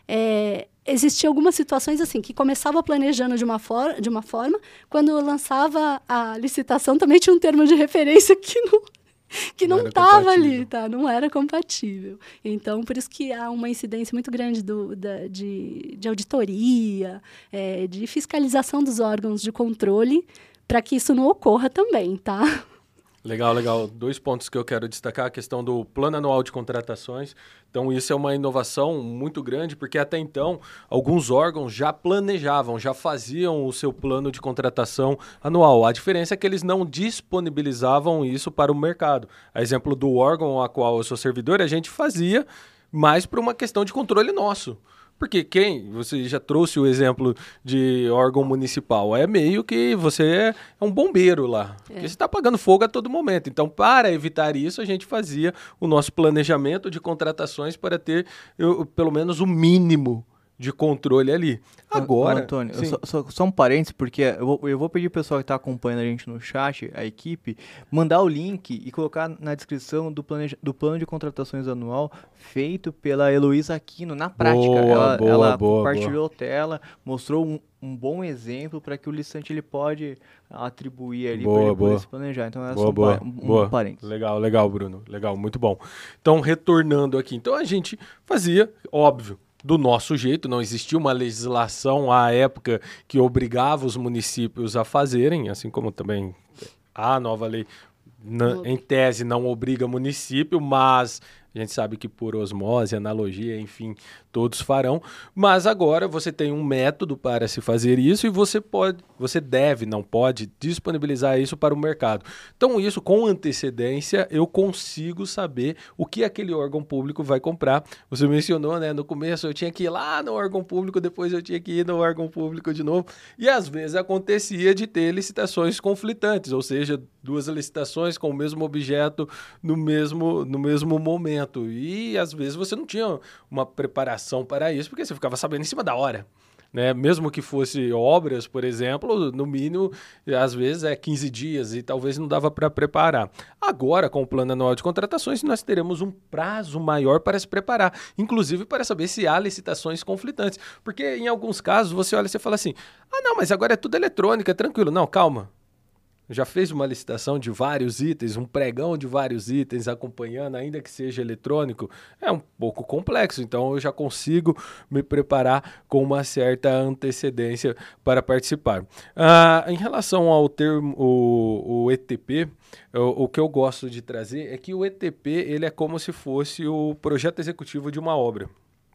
é, existiam algumas situações assim, que começava planejando de uma, for, de uma forma, quando lançava a licitação também tinha um termo de referência que não que não estava ali, tá? Não era compatível. Então, por isso que há uma incidência muito grande do, da, de, de auditoria, é, de fiscalização dos órgãos de controle, para que isso não ocorra também, tá? Legal, legal. Dois pontos que eu quero destacar, a questão do plano anual de contratações. Então, isso é uma inovação muito grande, porque até então, alguns órgãos já planejavam, já faziam o seu plano de contratação anual. A diferença é que eles não disponibilizavam isso para o mercado. A exemplo do órgão a qual eu sou servidor, a gente fazia mais por uma questão de controle nosso. Porque quem, você já trouxe o exemplo de órgão municipal, é meio que você é um bombeiro lá, é. Porque você está apagando fogo a todo momento. Então, para evitar isso, a gente fazia o nosso planejamento de contratações para ter eu, pelo menos o mínimo de controle ali. Agora... Ô, Antônio, eu só, só, só um parênteses, porque eu vou, eu vou pedir pro pessoal que está acompanhando a gente no chat, a equipe, mandar o link e colocar na descrição do, planeja, do plano de contratações anual feito pela Heloísa Aquino, na prática. Boa, ela boa, ela boa, compartilhou boa. tela, mostrou um, um bom exemplo para que o licitante ele pode atribuir ali Boa, para ele boa. poder se planejar. Então, é Boa, só um, boa, pa- um, boa. um parênteses. Legal, legal, Bruno. Legal, muito bom. Então, retornando aqui. Então, a gente fazia, óbvio, do nosso jeito, não existia uma legislação à época que obrigava os municípios a fazerem, assim como também a nova lei, na, em tese, não obriga município, mas a gente sabe que por osmose, analogia, enfim, todos farão. Mas agora você tem um método para se fazer isso e você pode, você deve, não pode, disponibilizar isso para o mercado. Então, isso com antecedência, eu consigo saber o que aquele órgão público vai comprar. Você mencionou, né? No começo eu tinha que ir lá no órgão público, depois eu tinha que ir no órgão público de novo. E às vezes acontecia de ter licitações conflitantes, ou seja, duas licitações com o mesmo objeto no mesmo, no mesmo momento. E às vezes você não tinha uma preparação para isso, porque você ficava sabendo em cima da hora. Né? Mesmo que fosse obras, por exemplo, no mínimo, às vezes é quinze dias e talvez não dava para preparar. Agora, com o plano anual de contratações, nós teremos um prazo maior para se preparar, inclusive para saber se há licitações conflitantes. Porque em alguns casos você olha e você fala assim, ah não, mas agora é tudo eletrônico, é tranquilo. Não, calma. já fez uma licitação de vários itens, um pregão de vários itens acompanhando, ainda que seja eletrônico, é um pouco complexo. Então eu já consigo me preparar com uma certa antecedência para participar. Ah, em relação ao termo, o, o E T P, o, o que eu gosto de trazer é que o E T P ele é como se fosse o projeto executivo de uma obra.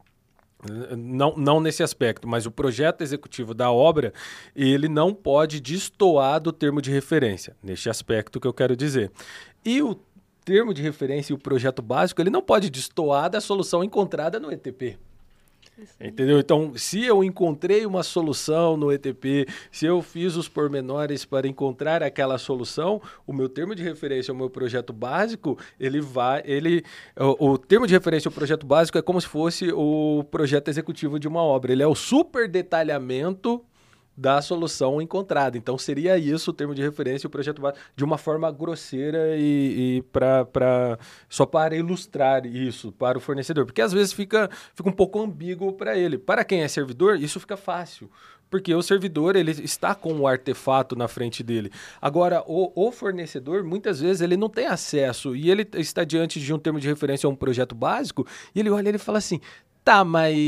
Não, não nesse aspecto, mas o projeto executivo da obra, ele não pode destoar do termo de referência, neste aspecto que eu quero dizer. E o termo de referência e o projeto básico, ele não pode destoar da solução encontrada no E T P. Entendeu? Então, se eu encontrei uma solução no E T P, se eu fiz os pormenores para encontrar aquela solução, o meu termo de referência, o meu projeto básico, ele vai, ele, o, o termo de referência, o projeto básico é como se fosse o projeto executivo de uma obra. Ele é o super detalhamento da solução encontrada. Então, seria isso o termo de referência e o projeto básico, de uma forma grosseira e, e pra, pra, só para ilustrar isso para o fornecedor. Porque, às vezes, fica, fica um pouco ambíguo para ele. Para quem é servidor, isso fica fácil. Porque o servidor ele está com o artefato na frente dele. Agora, o, o fornecedor, muitas vezes, ele não tem acesso e ele está diante de um termo de referência a um projeto básico e ele olha e ele fala assim... Tá,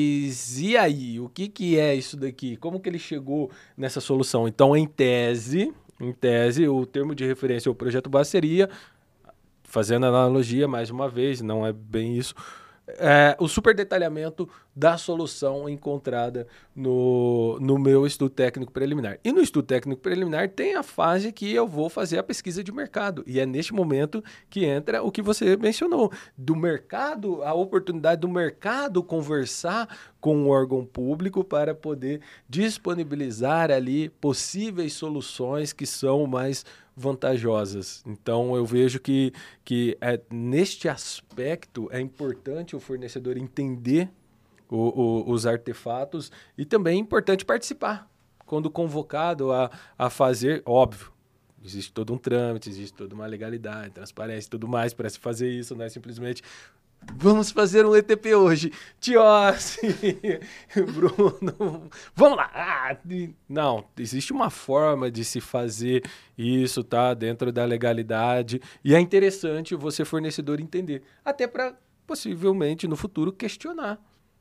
mas e aí? O que, que é isso daqui? Como que ele chegou nessa solução? Então, em tese, em tese, o termo de referência ao projeto base seria, fazendo analogia mais uma vez, não é bem isso, é, o super detalhamento da solução encontrada no, no meu estudo técnico preliminar. E no estudo técnico preliminar tem a fase que eu vou fazer a pesquisa de mercado. E é neste momento que entra o que você mencionou. Do mercado, a oportunidade do mercado conversar com o órgão público para poder disponibilizar ali possíveis soluções que são mais vantajosas. Então, eu vejo que, que é, neste aspecto é importante o fornecedor entender o, o, os artefatos e também é importante participar. Quando convocado a, a fazer, óbvio, existe todo um trâmite, existe toda uma legalidade, transparência e tudo mais para se fazer isso, não é simplesmente... Vamos fazer um E T P hoje. Tiossi, Bruno, vamos lá. Ah, não, existe uma forma de se fazer isso, tá? Dentro da legalidade. E é interessante você, fornecedor, entender. Até para, possivelmente, no futuro, questionar.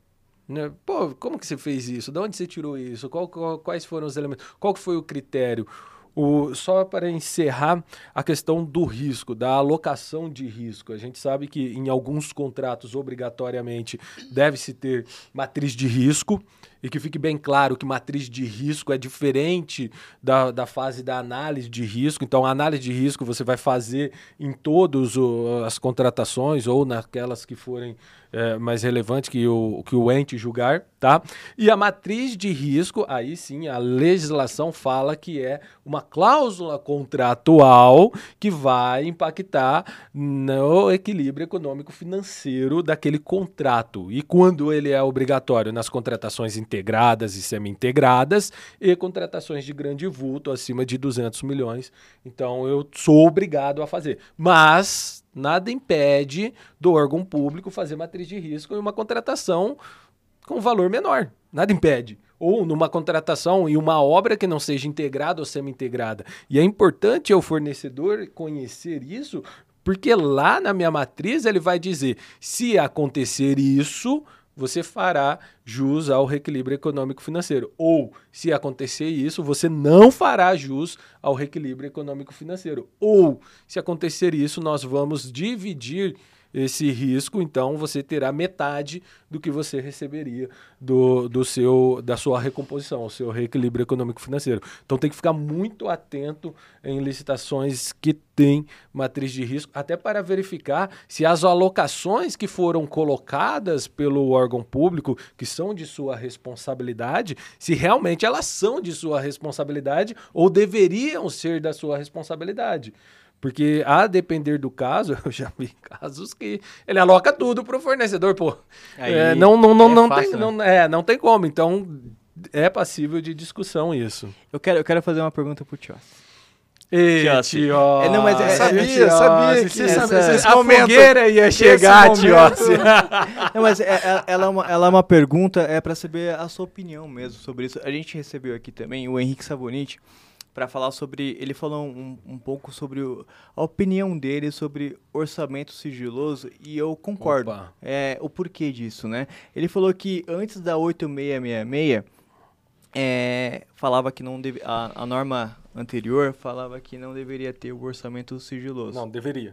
Né? Pô, como que você fez isso? De onde você tirou isso? Qual, qual, quais foram os elementos? Qual que foi o critério? O, só para encerrar a questão do risco, da alocação de risco. A gente sabe que em alguns contratos, obrigatoriamente, deve-se ter matriz de risco, e que fique bem claro que matriz de risco é diferente da, da fase da análise de risco. Então, a análise de risco você vai fazer em todas as contratações ou naquelas que forem é, mais relevantes que o, que o ente julgar, tá? E a matriz de risco, aí sim, a legislação fala que é uma cláusula contratual que vai impactar no equilíbrio econômico-financeiro daquele contrato. E quando ele é obrigatório nas contratações integradas e semi-integradas e contratações de grande vulto acima de duzentos milhões. Então, eu sou obrigado a fazer. Mas nada impede do órgão público fazer matriz de risco em uma contratação com valor menor. Nada impede. Ou numa contratação e uma obra que não seja integrada ou semi-integrada. E é importante o fornecedor conhecer isso, porque lá na minha matriz ele vai dizer, se acontecer isso, você fará jus ao reequilíbrio econômico-financeiro. Ou, se acontecer isso, você não fará jus ao reequilíbrio econômico-financeiro. Ou, se acontecer isso, nós vamos dividir esse risco, então você terá metade do que você receberia do, do seu, da sua recomposição, o seu reequilíbrio econômico-financeiro. Então tem que ficar muito atento em licitações que têm matriz de risco, até para verificar se as alocações que foram colocadas pelo órgão público, que são de sua responsabilidade, se realmente elas são de sua responsabilidade ou deveriam ser da sua responsabilidade. Porque, a depender do caso, eu já vi casos que ele aloca tudo para o fornecedor, pô. Aí é, não não, não, é não, fácil, tem, né? não, é, não tem como. Então, é passível de discussão isso. Eu quero, eu quero fazer uma pergunta pro Tiossi. Ei, Tiossi. É, não, mas é, sabia, é, sabia que essa, essa, esse a momento, fogueira ia chegar, Tiossi. Não, mas é, ela, é uma, ela é uma pergunta, é para saber a sua opinião mesmo sobre isso. A gente recebeu aqui também o Henrique Savonite. para falar sobre... Ele falou um, um pouco sobre o, a opinião dele sobre orçamento sigiloso e eu concordo. É, o porquê disso, né? Ele falou que antes da oito seis seis seis, é, falava que não deve, a, a norma anterior falava que não deveria ter o orçamento sigiloso. Não, deveria.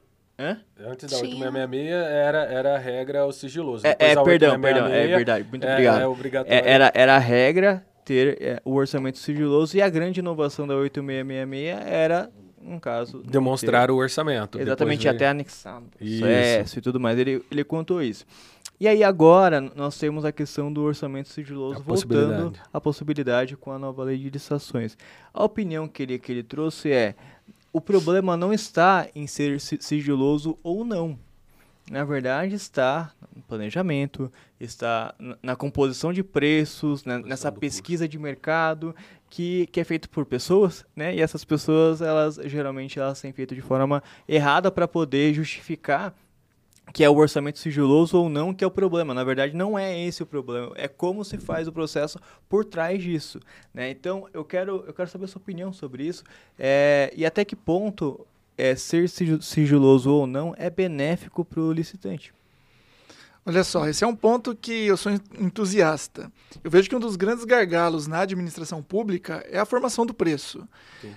Hã? Antes da Tinha. oito seis seis seis era, era a regra o sigiloso. É, Depois é da perdão, oito seis seis perdão, é verdade. Muito é, obrigado. É obrigatório. É, era, era a regra ter é, o orçamento sigiloso e a grande inovação da oito seis seis seis era, no caso... Demonstrar ter, o orçamento. Exatamente, Depois até veio... anexado. Isso. Sucesso e tudo mais. Ele, ele contou isso. E aí agora nós temos a questão do orçamento sigiloso A voltando possibilidade. à possibilidade com a nova lei de licitações. A opinião que ele, que ele trouxe é: o problema não está em ser si- sigiloso ou não. Na verdade, está no planejamento, está na, na composição de preços, né, nessa do pesquisa de mercado que, que é feito por pessoas, né? E essas pessoas, elas geralmente elas têm feito de forma errada para poder justificar que é o orçamento sigiloso ou não que é o problema. Na verdade, não é esse o problema. É como se faz o processo por trás disso, né? Então, eu quero, eu quero saber a sua opinião sobre isso. É, e até que ponto é, ser sig- sigiloso ou não é benéfico para o licitante. Olha só, esse é um ponto que eu sou entusiasta. Eu vejo que um dos grandes gargalos na administração pública é a formação do preço.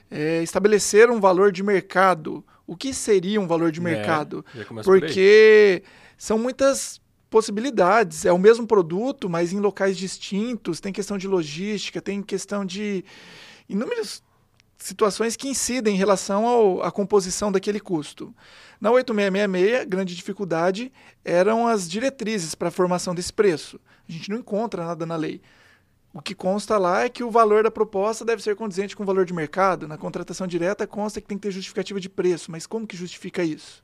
É estabelecer um valor de mercado. O que seria um valor de mercado? É, já começa por aí. Porque são muitas possibilidades. É o mesmo produto, mas em locais distintos. Tem questão de logística, tem questão de inúmeras situações que incidem em relação ao, à composição daquele custo. Na oito seis seis seis, grande dificuldade eram as diretrizes para a formação desse preço. A gente não encontra nada na lei. O que consta lá é que o valor da proposta deve ser condizente com o valor de mercado. Na contratação direta consta que tem que ter justificativa de preço, mas como que justifica isso?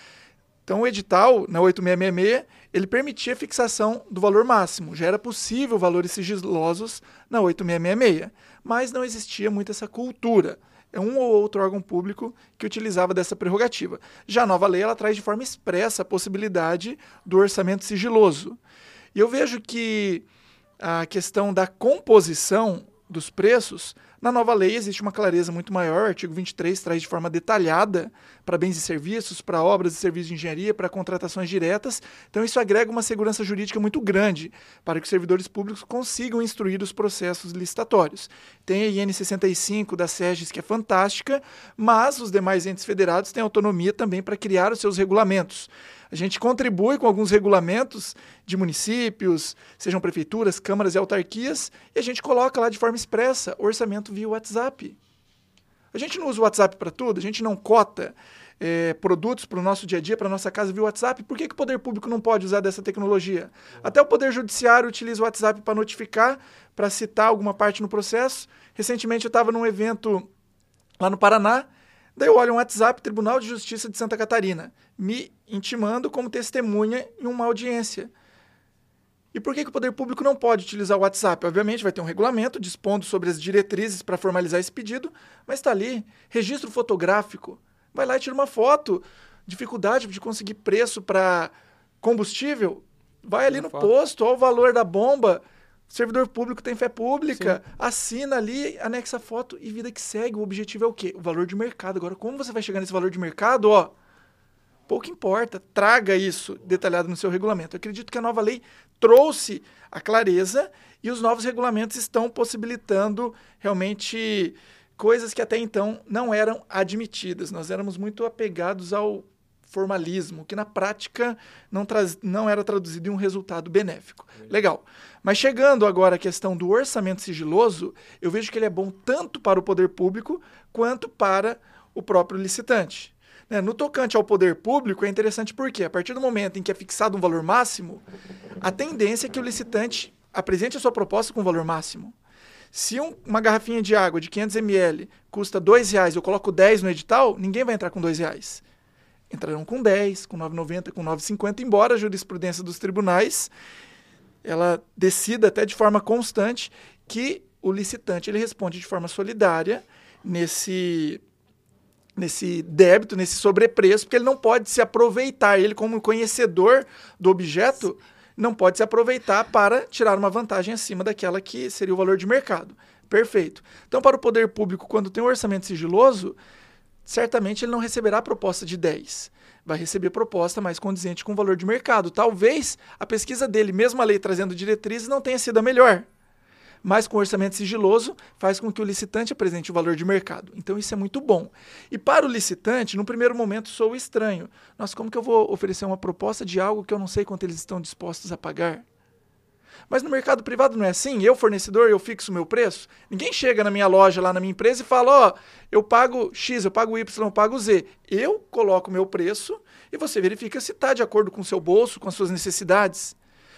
Então o edital, na oito seis seis seis, ele permitia a fixação do valor máximo. Já era possível valores sigilosos na oito seis seis seis, mas não existia muito essa cultura. É um ou outro órgão público que utilizava dessa prerrogativa. Já a nova lei ela traz de forma expressa a possibilidade do orçamento sigiloso. E eu vejo que a questão da composição dos preços, na nova lei existe uma clareza muito maior. O artigo vinte e três traz de forma detalhada para bens e serviços, para obras e serviços de engenharia, para contratações diretas. Então isso agrega uma segurança jurídica muito grande para que os servidores públicos consigam instruir os processos licitatórios. Tem a I N sessenta e cinco da SEGES, que é fantástica, mas os demais entes federados têm autonomia também para criar os seus regulamentos. A gente contribui com alguns regulamentos de municípios, sejam prefeituras, câmaras e autarquias, e a gente coloca lá de forma expressa orçamento via WhatsApp. A gente não usa o WhatsApp para tudo, a gente não cota é, produtos para o nosso dia a dia, para a nossa casa via WhatsApp. Por que, que o poder público não pode usar dessa tecnologia? Até o Poder Judiciário utiliza o WhatsApp para notificar, para citar alguma parte no processo. Recentemente eu estava num evento lá no Paraná, daí eu olho um WhatsApp, Tribunal de Justiça de Santa Catarina, me intimando como testemunha em uma audiência. E por que, que o poder público não pode utilizar o WhatsApp? Obviamente vai ter um regulamento dispondo sobre as diretrizes para formalizar esse pedido, mas está ali, registro fotográfico. Vai lá e tira uma foto. Dificuldade de conseguir preço para combustível, vai ali no posto, olha o valor da bomba. O servidor público tem fé pública, sim, assina ali, anexa a foto e vida que segue. O objetivo é o quê? O valor de mercado. Agora, como você vai chegar nesse valor de mercado? Ó, pouco importa, traga isso detalhado no seu regulamento. Eu acredito que a nova lei trouxe a clareza e os novos regulamentos estão possibilitando realmente coisas que até então não eram admitidas. Nós éramos muito apegados ao formalismo, que na prática não, traz, não era traduzido em um resultado benéfico. Legal. Mas chegando agora à questão do orçamento sigiloso, eu vejo que ele é bom tanto para o poder público quanto para o próprio licitante. Né? No tocante ao poder público, é interessante porque, a partir do momento em que é fixado um valor máximo, a tendência é que o licitante apresente a sua proposta com valor máximo. Se um, uma garrafinha de água de quinhentos mililitros custa dois reais e eu coloco dez no edital, ninguém vai entrar com dois reais. Entrarão com dez, com nove reais e noventa centavos, com nove reais e cinquenta centavos, embora a jurisprudência dos tribunais ela decida até de forma constante que o licitante ele responde de forma solidária nesse, nesse débito, nesse sobrepreço, porque ele não pode se aproveitar, ele como conhecedor do objeto, não pode se aproveitar para tirar uma vantagem acima daquela que seria o valor de mercado. Perfeito. Então, para o poder público, quando tem um orçamento sigiloso, certamente ele não receberá proposta de dez. Vai receber proposta mais condizente com o valor de mercado. Talvez a pesquisa dele, mesmo a lei trazendo diretrizes, não tenha sido a melhor. Mas com orçamento sigiloso, faz com que o licitante apresente o valor de mercado. Então isso é muito bom. E para o licitante, no primeiro momento, sou estranho. Nossa, como que eu vou oferecer uma proposta de algo que eu não sei quanto eles estão dispostos a pagar? Mas no mercado privado não é assim? Eu, fornecedor, eu fixo o meu preço? Ninguém chega na minha loja, lá na minha empresa e fala, ó, oh, eu pago X, eu pago Y, eu pago Z. Eu coloco o meu preço e você verifica se está de acordo com o seu bolso, com as suas necessidades.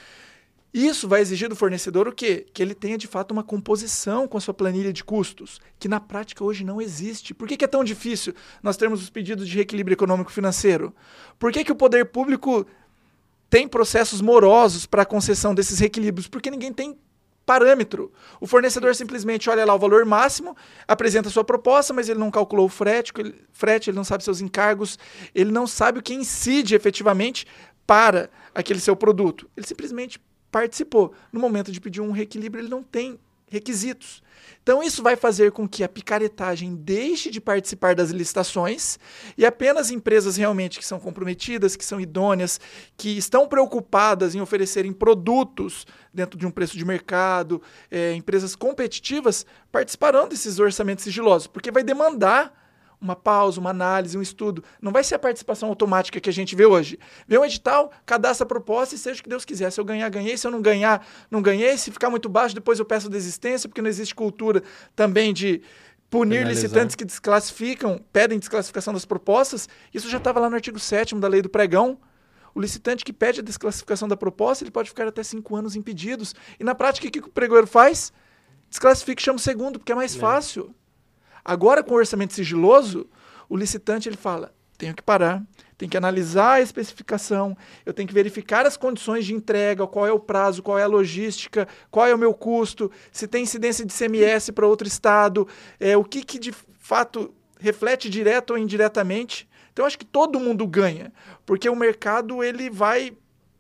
Isso vai exigir do fornecedor o quê? Que ele tenha, de fato, uma composição com a sua planilha de custos, que na prática hoje não existe. Por que que é tão difícil nós termos os pedidos de reequilíbrio econômico-financeiro? Por que que o poder público tem processos morosos para a concessão desses reequilíbrios? Porque ninguém tem parâmetro. O fornecedor simplesmente olha lá o valor máximo, apresenta a sua proposta, mas ele não calculou o frete, ele, frete, ele não sabe seus encargos, ele não sabe o que incide efetivamente para aquele seu produto. Ele simplesmente participou. No momento de pedir um reequilíbrio, ele não tem requisitos. Então, isso vai fazer com que a picaretagem deixe de participar das licitações e apenas empresas realmente que são comprometidas, que são idôneas, que estão preocupadas em oferecerem produtos dentro de um preço de mercado, é, empresas competitivas, participarão desses orçamentos sigilosos, porque vai demandar uma pausa, uma análise, um estudo. Não vai ser a participação automática que a gente vê hoje. Vê um edital, cadastra a proposta e seja o que Deus quiser. Se eu ganhar, ganhei. Se eu não ganhar, não ganhei. Se ficar muito baixo, depois eu peço desistência, porque não existe cultura também de punir Penalizar. licitantes que desclassificam, pedem desclassificação das propostas. Isso já estava lá no artigo sétimo da lei do pregão. O licitante que pede a desclassificação da proposta, ele pode ficar até cinco anos impedidos. E na prática, o que o pregoeiro faz? Desclassifica e chama o segundo, porque é mais é. fácil. Agora, com o orçamento sigiloso, o licitante ele fala, tenho que parar, tenho que analisar a especificação, eu tenho que verificar as condições de entrega, qual é o prazo, qual é a logística, qual é o meu custo, se tem incidência de I C M S para outro estado, é, o que, que de fato reflete direto ou indiretamente. Então, acho que todo mundo ganha, porque o mercado ele vai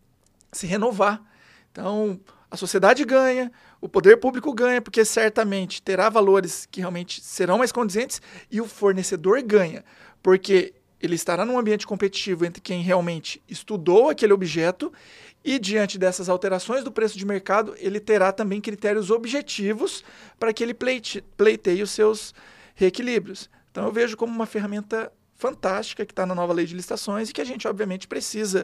se renovar. Então, a sociedade ganha, o poder público ganha, porque certamente terá valores que realmente serão mais condizentes, e o fornecedor ganha, porque ele estará num ambiente competitivo entre quem realmente estudou aquele objeto e, diante dessas alterações do preço de mercado, ele terá também critérios objetivos para que ele pleite, pleiteie os seus reequilíbrios. Então, eu vejo como uma ferramenta fantástica que está na nova lei de licitações e que a gente, obviamente, precisa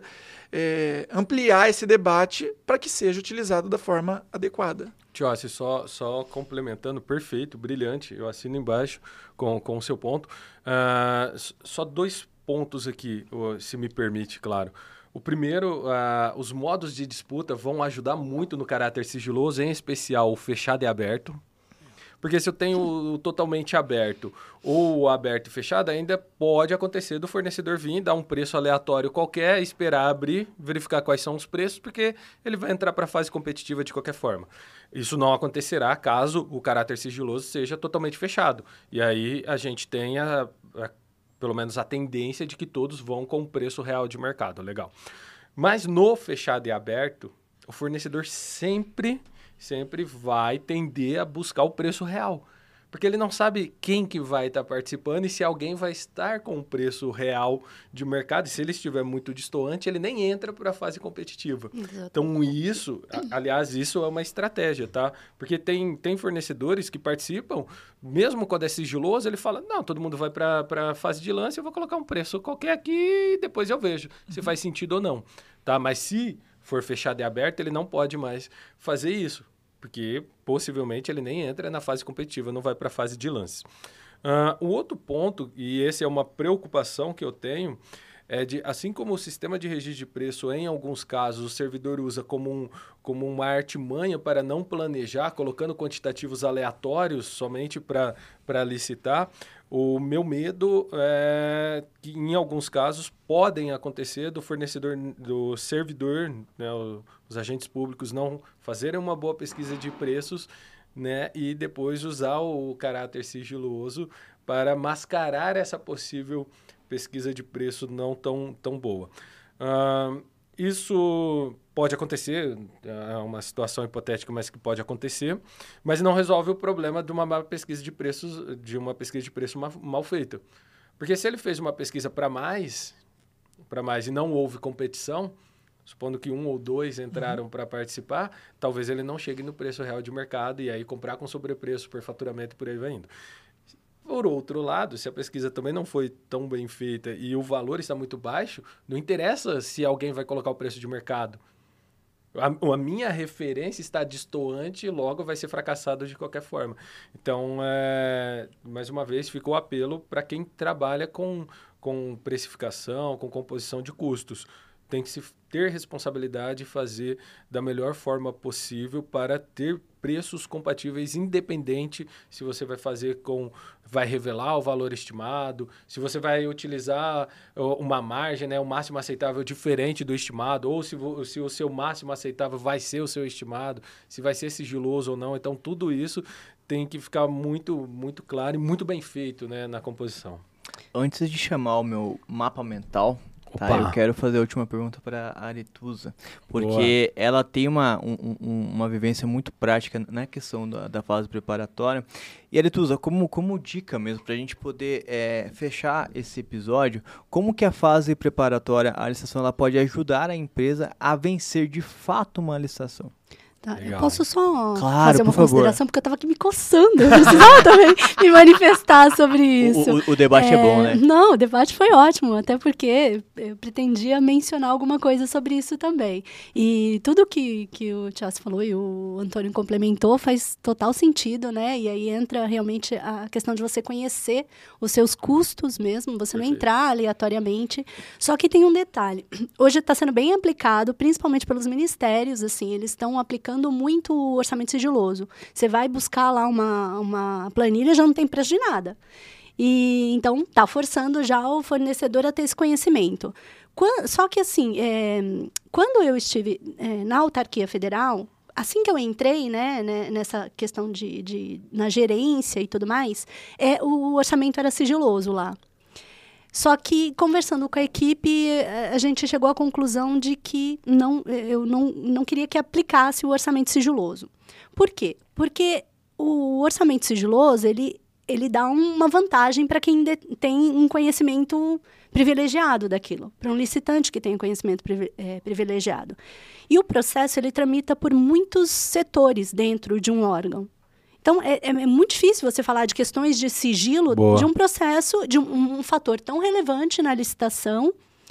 é, ampliar esse debate para que seja utilizado da forma adequada. Tiossi, só, só complementando, perfeito, brilhante, eu assino embaixo com, com o seu ponto. Uh, só dois pontos aqui, se me permite, claro. O primeiro, uh, os modos de disputa vão ajudar muito no caráter sigiloso, em especial o fechado e aberto. Porque se eu tenho o totalmente aberto ou o aberto e fechado, ainda pode acontecer do fornecedor vir, dar um preço aleatório qualquer, esperar abrir, verificar quais são os preços, porque ele vai entrar para a fase competitiva de qualquer forma. Isso não acontecerá caso o caráter sigiloso seja totalmente fechado. E aí a gente tenha, a, pelo menos, a tendência de que todos vão com o preço real de mercado. Legal. Mas no fechado e aberto, o fornecedor sempre... sempre vai tender a buscar o preço real. Porque ele não sabe quem que vai estar participando e se alguém vai estar com o preço real de mercado. E se ele estiver muito destoante, ele nem entra para a fase competitiva. Exato. Então, isso, a, aliás, isso é uma estratégia, tá? Porque tem, tem fornecedores que participam, mesmo quando é sigiloso, ele fala, não, todo mundo vai para a fase de lance, eu vou colocar um preço qualquer aqui e depois eu vejo se faz sentido ou não. Tá? Mas se for fechado e aberto, ele não pode mais fazer isso, porque possivelmente ele nem entra na fase competitiva, não vai para a fase de lance. Uh, o outro ponto, e esse é uma preocupação que eu tenho, é de, assim como o sistema de registro de preço, em alguns casos, o servidor usa como, um, como uma artimanha para não planejar, colocando quantitativos aleatórios somente para licitar, o meu medo é que, em alguns casos, podem acontecer do fornecedor, do servidor, né, os agentes públicos não fazerem uma boa pesquisa de preços, né, e depois usar o caráter sigiloso para mascarar essa possível pesquisa de preço não tão, tão boa. Uh, isso pode acontecer, é uma situação hipotética, mas que pode acontecer, mas não resolve o problema de uma má pesquisa de preços, de uma pesquisa de preço mal, mal feita. Porque se ele fez uma pesquisa para mais, para mais e não houve competição, supondo que um ou dois entraram uhum. para participar, talvez ele não chegue no preço real de mercado e aí comprar com sobrepreço, por faturamento e por aí vai indo. Por outro lado, se a pesquisa também não foi tão bem feita e o valor está muito baixo, não interessa se alguém vai colocar o preço de mercado. A, a minha referência está distoante e logo vai ser fracassado de qualquer forma. Então, é, mais uma vez, fica o apelo para quem trabalha com, com precificação, com composição de custos. Tem que se ter responsabilidade e fazer da melhor forma possível para ter preços compatíveis, independente se você vai fazer com, vai revelar o valor estimado, se você vai utilizar uma margem, né, o máximo aceitável diferente do estimado, ou se, se o seu máximo aceitável vai ser o seu estimado, se vai ser sigiloso ou não. Então, tudo isso tem que ficar muito, muito claro e muito bem feito, né, na composição. Antes de chamar o meu mapa mental, tá, eu quero fazer a última pergunta para a Aretusa, porque Boa. ela tem uma, um, um, uma vivência muito prática na questão da, da fase preparatória. E, Aretusa, como, como dica mesmo, para a gente poder é, fechar esse episódio, como que a fase preparatória, a licitação, ela pode ajudar a empresa a vencer de fato uma licitação? Tá, eu posso só claro, fazer uma por consideração, favor. Porque eu estava aqui me coçando, eu precisava também me manifestar sobre isso. O, o, o debate é, é bom, né? Não, o debate foi ótimo, até porque eu pretendia mencionar alguma coisa sobre isso também. E tudo que, que o Thiago falou e o Antônio complementou faz total sentido, né? E aí entra realmente a questão de você conhecer os seus custos mesmo, você não entrar aleatoriamente. Só que tem um detalhe, hoje está sendo bem aplicado, principalmente pelos ministérios, assim, eles estão aplicando muito o orçamento sigiloso. Você vai buscar lá uma, uma planilha, já não tem preço de nada. E, então, está forçando já o fornecedor a ter esse conhecimento. Quando, só que, assim, é, quando eu estive é, na autarquia federal, assim que eu entrei, né, né nessa questão de, de na gerência e tudo mais, é, o orçamento era sigiloso lá. Só que, conversando com a equipe, a gente chegou à conclusão de que não, eu não, não queria que aplicasse o orçamento sigiloso. Por quê? Porque o orçamento sigiloso, ele, ele dá uma vantagem para quem de, tem um conhecimento privilegiado daquilo, para um licitante que tem um conhecimento privi, é, privilegiado. E o processo, ele tramita por muitos setores dentro de um órgão. Então, é, é muito difícil você falar de questões de sigilo Boa. de um processo, de um, um fator tão relevante na licitação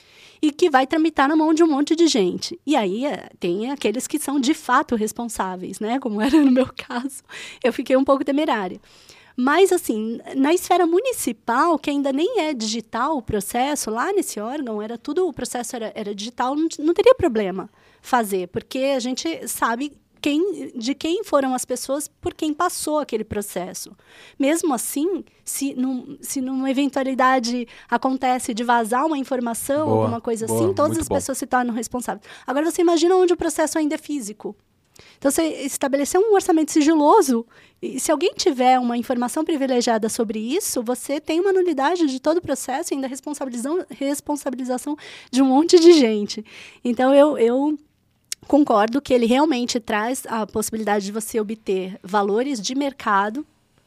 e que vai tramitar na mão de um monte de gente. E aí, é, tem aqueles que são, de fato, responsáveis, né? Como era no meu caso. Eu fiquei um pouco temerária. Mas, assim, na esfera municipal, que ainda nem é digital o processo, lá nesse órgão, era tudo, o processo era, era digital, não, não teria problema fazer, porque a gente sabe... Quem, de quem foram as pessoas por quem passou aquele processo. Mesmo assim, se, num, se numa eventualidade acontece de vazar uma informação, boa, alguma coisa boa, assim, todas as bom. pessoas se tornam responsáveis. Agora, você imagina onde o processo ainda é físico. Então, você estabeleceu um orçamento sigiloso, e se alguém tiver uma informação privilegiada sobre isso, você tem uma nulidade de todo o processo e ainda responsabilização, responsabilização de um monte de gente. Então, eu... eu concordo que ele realmente traz a possibilidade de você obter valores de mercado,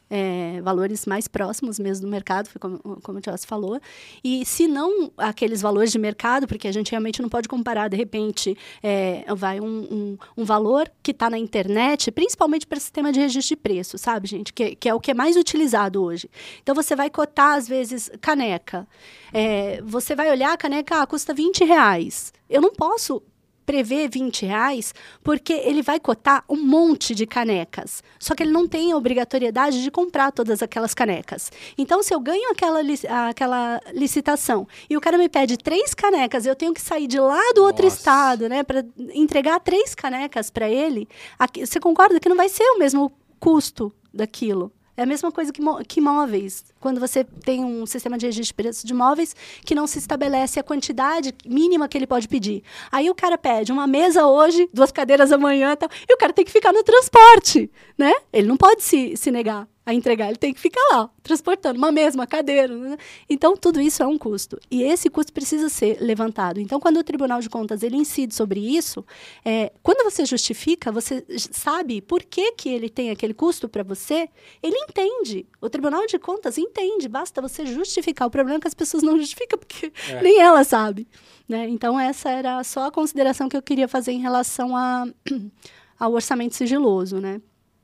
é, valores mais próximos mesmo do mercado, foi como, como o Tiago falou, e se não aqueles valores de mercado, porque a gente realmente não pode comparar, de repente, é, vai um, um, um valor que está na internet, principalmente para o sistema de registro de preço, sabe, gente? Que, que é o que é mais utilizado hoje. Então, você vai cotar, às vezes, caneca. É, você vai olhar, a caneca ah, custa vinte reais. Eu não posso... prever vinte reais, porque ele vai cotar um monte de canecas. Só que ele não tem a obrigatoriedade de comprar todas aquelas canecas. Então, se eu ganho aquela, aquela licitação e o cara me pede três canecas, eu tenho que sair de lá do outro Nossa. estado, né, para entregar três canecas para ele, aqui, você concorda que não vai ser o mesmo custo daquilo? É a mesma coisa que, que móveis. Quando você tem um sistema de registro de preços de móveis que não se estabelece a quantidade mínima que ele pode pedir. Aí o cara pede uma mesa hoje, duas cadeiras amanhã, tal, e o cara tem que ficar no transporte, né? Ele não pode se, se negar a entregar, ele tem que ficar lá, transportando uma mesa, uma cadeira. Né? Então, tudo isso é um custo. E esse custo precisa ser levantado. Então, quando o Tribunal de Contas ele incide sobre isso, é, quando você justifica, você sabe por que, que ele tem aquele custo para você, ele entende. O Tribunal de Contas entende. Basta você justificar. O problema é que as pessoas não justificam, porque é. nem ela sabe. Né? Então, essa era só a consideração que eu queria fazer em relação a, ao orçamento sigiloso, né?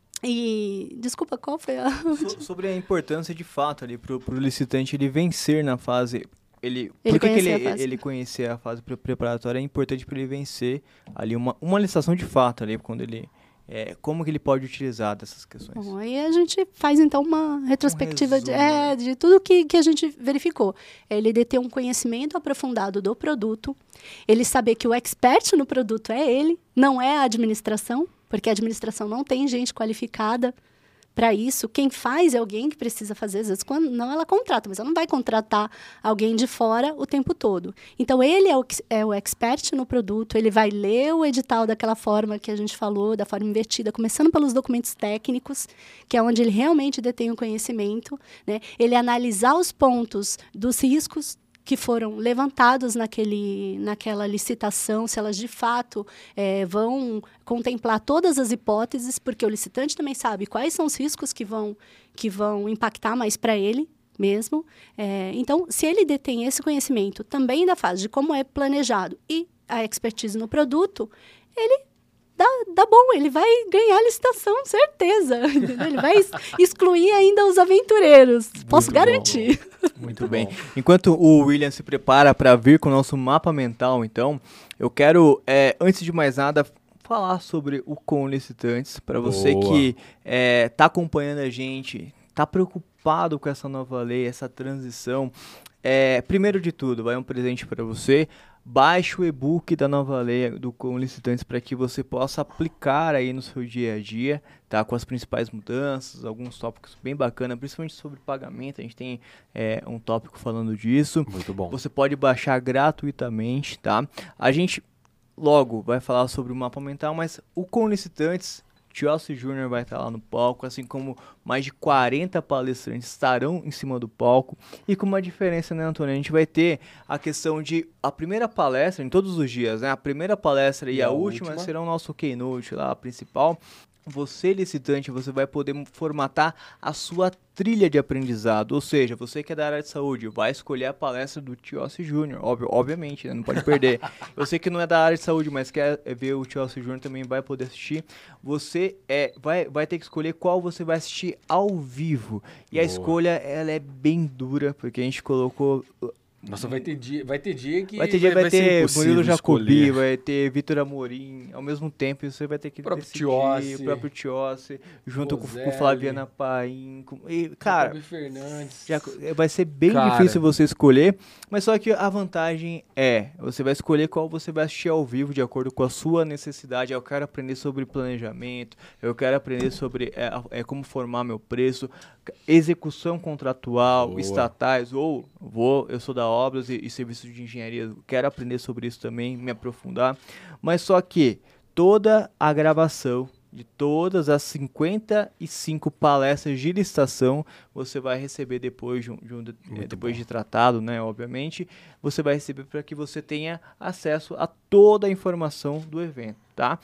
E, desculpa, qual foi a... So, sobre a importância, de fato, ali, pro, pro licitante ele vencer na fase... Ele, ele, por que ele, a ele conhecer a fase preparatória é importante para ele vencer ali uma, uma licitação de fato, ali, quando ele... É, como que ele pode utilizar dessas questões? Bom, aí a gente faz, então, uma retrospectiva um de, é, de tudo que, que a gente verificou. Ele de ter um conhecimento aprofundado do produto, ele saber que o expert no produto é ele, não é a administração, porque a administração não tem gente qualificada para isso. Quem faz é alguém que precisa fazer, às vezes, quando não ela contrata, mas ela não vai contratar alguém de fora o tempo todo. Então, ele é o, é o expert no produto, ele vai ler o edital daquela forma que a gente falou, da forma invertida, começando pelos documentos técnicos, que é onde ele realmente detém o conhecimento, né? Ele analisar os pontos dos riscos que foram levantados naquele, naquela licitação, se elas de fato é, vão contemplar todas as hipóteses, porque o licitante também sabe quais são os riscos que vão, que vão impactar mais para ele mesmo. É, então, se ele detém esse conhecimento também da fase de como é planejado e a expertise no produto, ele dá, dá bom, ele vai ganhar a licitação, certeza. Ele vai excluir ainda os aventureiros, posso Muito garantir. Bom. Muito bem. Enquanto o William se prepara para vir com o nosso mapa mental, então, eu quero, é, antes de mais nada, falar sobre o Com Licitantes, para você que está acompanhando a gente, está preocupado com essa nova lei, essa transição. É, primeiro de tudo, vai um presente para você. Baixe o e-book da nova lei do Com Licitantes para que você possa aplicar aí no seu dia a dia, tá? Com as principais mudanças, alguns tópicos bem bacanas, principalmente sobre pagamento. A gente tem é, um tópico falando disso. Muito bom. Você pode baixar gratuitamente, tá? A gente logo vai falar sobre o mapa mental, mas o Com Licitantes, Tiossi Júnior vai estar lá no palco, assim como mais de quarenta palestrantes estarão em cima do palco. E com uma diferença, né, Antônio? A gente vai ter a questão de a primeira palestra, em todos os dias, né? A primeira palestra e, e a, a última, última serão o nosso keynote lá, a principal. Você, licitante, você vai poder formatar a sua trilha de aprendizado. Ou seja, você que é da área de saúde, vai escolher a palestra do Tiossi Júnior, óbvio, obviamente, né? Não pode perder. Você que não é da área de saúde, mas quer ver o Tiossi Júnior, também vai poder assistir. Você é, vai, vai ter que escolher qual você vai assistir ao vivo. E Boa. A escolha, ela é bem dura, porque a gente colocou... Nossa, vai ter dia, vai ter dia que vai ter dia vai, vai ter Murilo Jacobi, escolher. Vai ter Vitor Amorim, ao mesmo tempo você vai ter que o próprio decidir Tiossi, o próprio Tiossi, junto com, Roselli, com Flaviana Paim, com, e, cara, Fernandes. Já, vai ser bem cara. difícil você escolher, mas só que a vantagem é, você vai escolher qual você vai assistir ao vivo de acordo com a sua necessidade. Eu quero aprender sobre planejamento, eu quero aprender sobre é, é, como formar meu preço, execução contratual, Boa. Estatais, ou vou, eu sou da obras e, e serviços de engenharia, quero aprender sobre isso também, me aprofundar, mas só que toda a gravação de todas as cinquenta e cinco palestras de licitação você vai receber depois de, um, de, um, é, depois de tratado, né, obviamente, você vai receber para que você tenha acesso a toda a informação do evento, tá?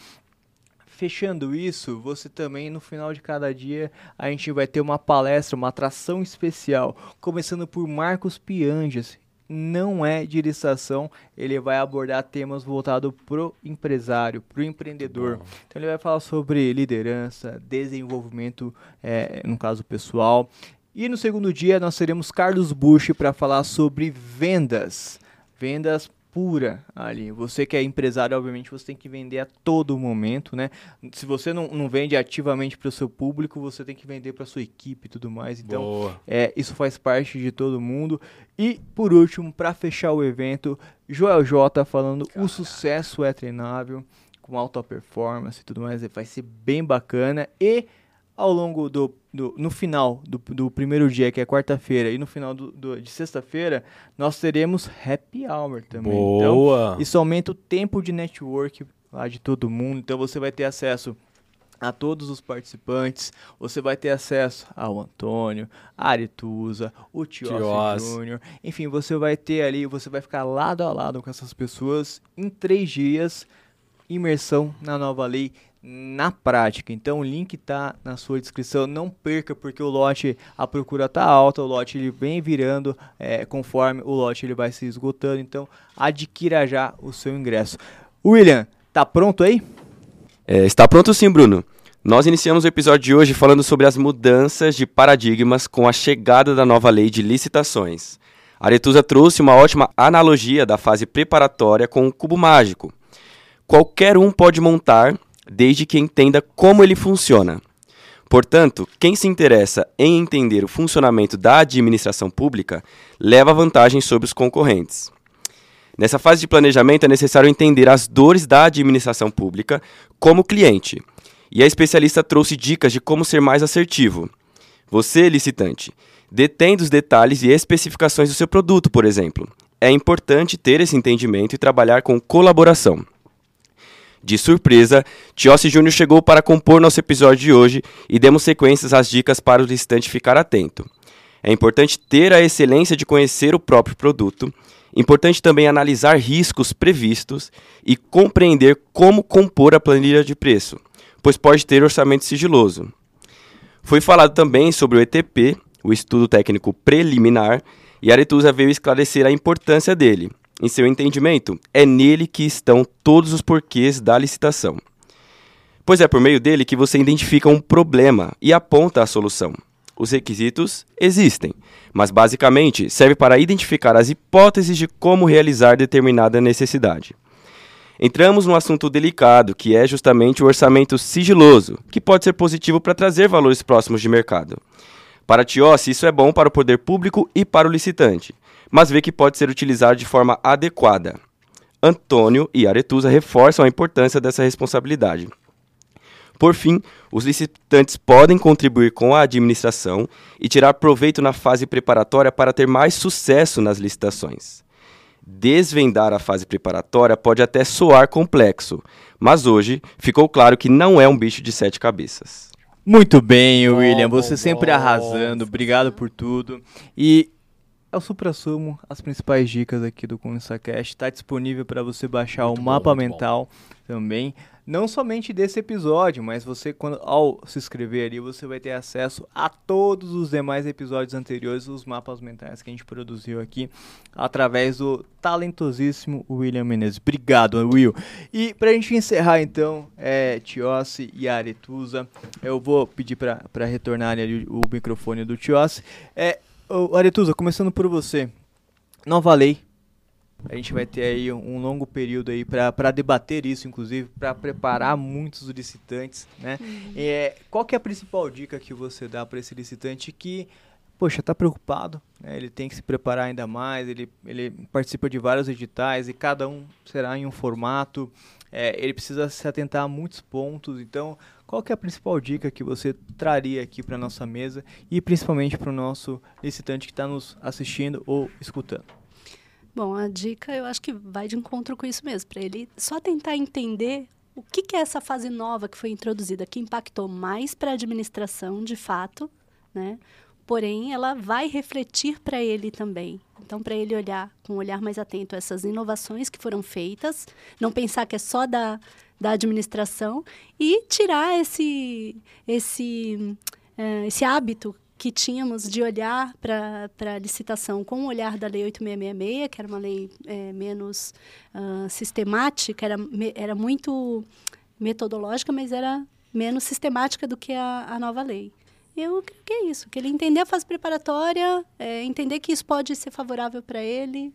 Fechando isso, você também, no final de cada dia, a gente vai ter uma palestra, uma atração especial, começando por Marcos Pianges. Não é de licitação, ele vai abordar temas voltados pro empresário, pro empreendedor. Então ele vai falar sobre liderança, desenvolvimento, é, no caso pessoal. E no segundo dia nós teremos Carlos Bush para falar sobre vendas, vendas pura ali. Você que é empresário, obviamente, você tem que vender a todo momento, né? Se você não, não vende ativamente para o seu público, você tem que vender para sua equipe e tudo mais. Então, é, isso faz parte de todo mundo. E, por último, para fechar o evento, Joel J falando Caraca. O sucesso é treinável, com alta performance e tudo mais. Vai ser bem bacana. E ao longo do, do no final do, do primeiro dia, que é quarta-feira, e no final do, do, de sexta-feira, nós teremos happy hour também. Boa! Então, isso aumenta o tempo de network lá de todo mundo. Então, você vai ter acesso a todos os participantes. Você vai ter acesso ao Antônio, a Aretusa, o Tiossi Júnior. Enfim, você vai ter ali, você vai ficar lado a lado com essas pessoas em três dias, imersão na nova lei na prática. Então o link tá na sua descrição, não perca, porque o lote, a procura tá alta, o lote ele vem virando é, conforme o lote ele vai se esgotando, então adquira já o seu ingresso. William, tá pronto aí? É, está pronto sim, Bruno. Nós iniciamos o episódio de hoje falando sobre as mudanças de paradigmas com a chegada da nova lei de licitações. A Aretusa trouxe uma ótima analogia da fase preparatória com o cubo mágico. Qualquer um pode montar, desde que entenda como ele funciona. Portanto, quem se interessa em entender o funcionamento da administração pública leva vantagem sobre os concorrentes. Nessa fase de planejamento é necessário entender as dores da administração pública como cliente. E a especialista trouxe dicas de como ser mais assertivo. Você, licitante, detendo os detalhes e especificações do seu produto, por exemplo. É importante ter esse entendimento e trabalhar com colaboração. De surpresa, Tiossi Júnior chegou para compor nosso episódio de hoje e demos sequências às dicas para o licitante ficar atento. É importante ter a excelência de conhecer o próprio produto. Importante também analisar riscos previstos e compreender como compor a planilha de preço, pois pode ter orçamento sigiloso. Foi falado também sobre o E T P, o Estudo Técnico Preliminar, e a Aretusa veio esclarecer a importância dele. Em seu entendimento, é nele que estão todos os porquês da licitação. Pois é por meio dele que você identifica um problema e aponta a solução. Os requisitos existem, mas basicamente serve para identificar as hipóteses de como realizar determinada necessidade. Entramos num assunto delicado, que é justamente o orçamento sigiloso, que pode ser positivo para trazer valores próximos de mercado. Para a Tiossi, isso é bom para o poder público e para o licitante, mas vê que pode ser utilizado de forma adequada. Antônio e Aretusa reforçam a importância dessa responsabilidade. Por fim, os licitantes podem contribuir com a administração e tirar proveito na fase preparatória para ter mais sucesso nas licitações. Desvendar a fase preparatória pode até soar complexo, mas hoje ficou claro que não é um bicho de sete cabeças. Muito bem, William, Bom, você bom, sempre bom. arrasando, obrigado por tudo. E é o supra-sumo, as principais dicas aqui do ConlissaCast, está disponível para você baixar Muito o bom, mapa muito mental também. Não somente desse episódio, mas você, quando, ao se inscrever ali, você vai ter acesso a todos os demais episódios anteriores, os mapas mentais que a gente produziu aqui, através do talentosíssimo William Menezes. Obrigado, Will. E pra gente encerrar, então, é, Tiossi e Aretusa, eu vou pedir para retornar ali o, o microfone do Tiossi. É, ô, Aretusa, começando por você, nova lei. A gente vai ter aí um, um longo período aí para debater isso, inclusive, para preparar muitos licitantes, né? Uhum. É, qual que é a principal dica que você dá para esse licitante que, poxa, está preocupado, né? Ele tem que se preparar ainda mais, ele, ele participa de vários editais e cada um será em um formato, é, ele precisa se atentar a muitos pontos, então qual que é a principal dica que você traria aqui para nossa mesa e principalmente para o nosso licitante que está nos assistindo ou escutando? Bom, a dica eu acho que vai de encontro com isso mesmo, para ele só tentar entender o que, que é essa fase nova que foi introduzida, que impactou mais para a administração, de fato, né? Porém, ela vai refletir para ele também. Então, para ele olhar com um olhar mais atento a essas inovações que foram feitas, não pensar que é só da, da administração e tirar esse, esse, uh, esse hábito que tínhamos de olhar para a licitação com o olhar da Lei oito mil seiscentos e sessenta e seis, que era uma lei é, menos uh, sistemática, era, me, era muito metodológica, mas era menos sistemática do que a, a nova lei. Eu creio que é isso, que ele entender a fase preparatória, é, entender que isso pode ser favorável para ele,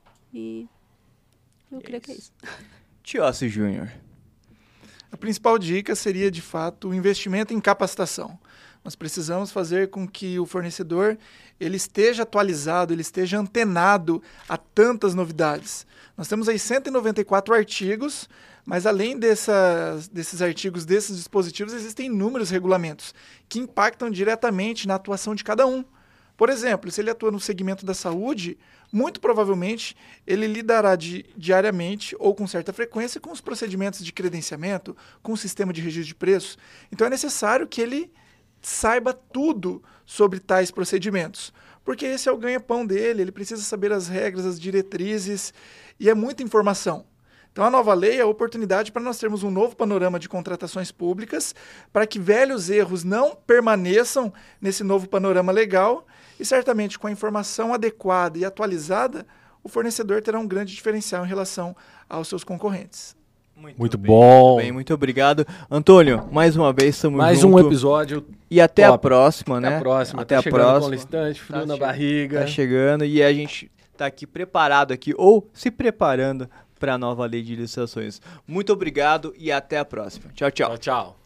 e eu é creio isso. que é isso. Tiossi Júnior. A principal dica seria, de fato, o investimento em capacitação. Nós precisamos fazer com que o fornecedor ele esteja atualizado, ele esteja antenado a tantas novidades. Nós temos aí cento e noventa e quatro artigos, mas além dessas, desses artigos, desses dispositivos, existem inúmeros regulamentos que impactam diretamente na atuação de cada um. Por exemplo, se ele atua no segmento da saúde, muito provavelmente ele lidará di- diariamente ou com certa frequência com os procedimentos de credenciamento, com o sistema de registro de preços. Então é necessário que ele saiba tudo sobre tais procedimentos, porque esse é o ganha-pão dele, ele precisa saber as regras, as diretrizes, e é muita informação. Então, a nova lei é a oportunidade para nós termos um novo panorama de contratações públicas, para que velhos erros não permaneçam nesse novo panorama legal, e certamente com a informação adequada e atualizada, o fornecedor terá um grande diferencial em relação aos seus concorrentes. Muito bem, bom. Muito bem, muito obrigado. Antônio, mais uma vez estamos Mais junto. um episódio. E até top. a próxima, né? Até a próxima. Até tá a chegando próxima. com o listante, frio Tá na che- barriga. Tá chegando e a gente tá aqui preparado aqui, ou se preparando para a nova lei de licitações. Muito obrigado e até a próxima. Tchau, tchau. Tchau, tchau.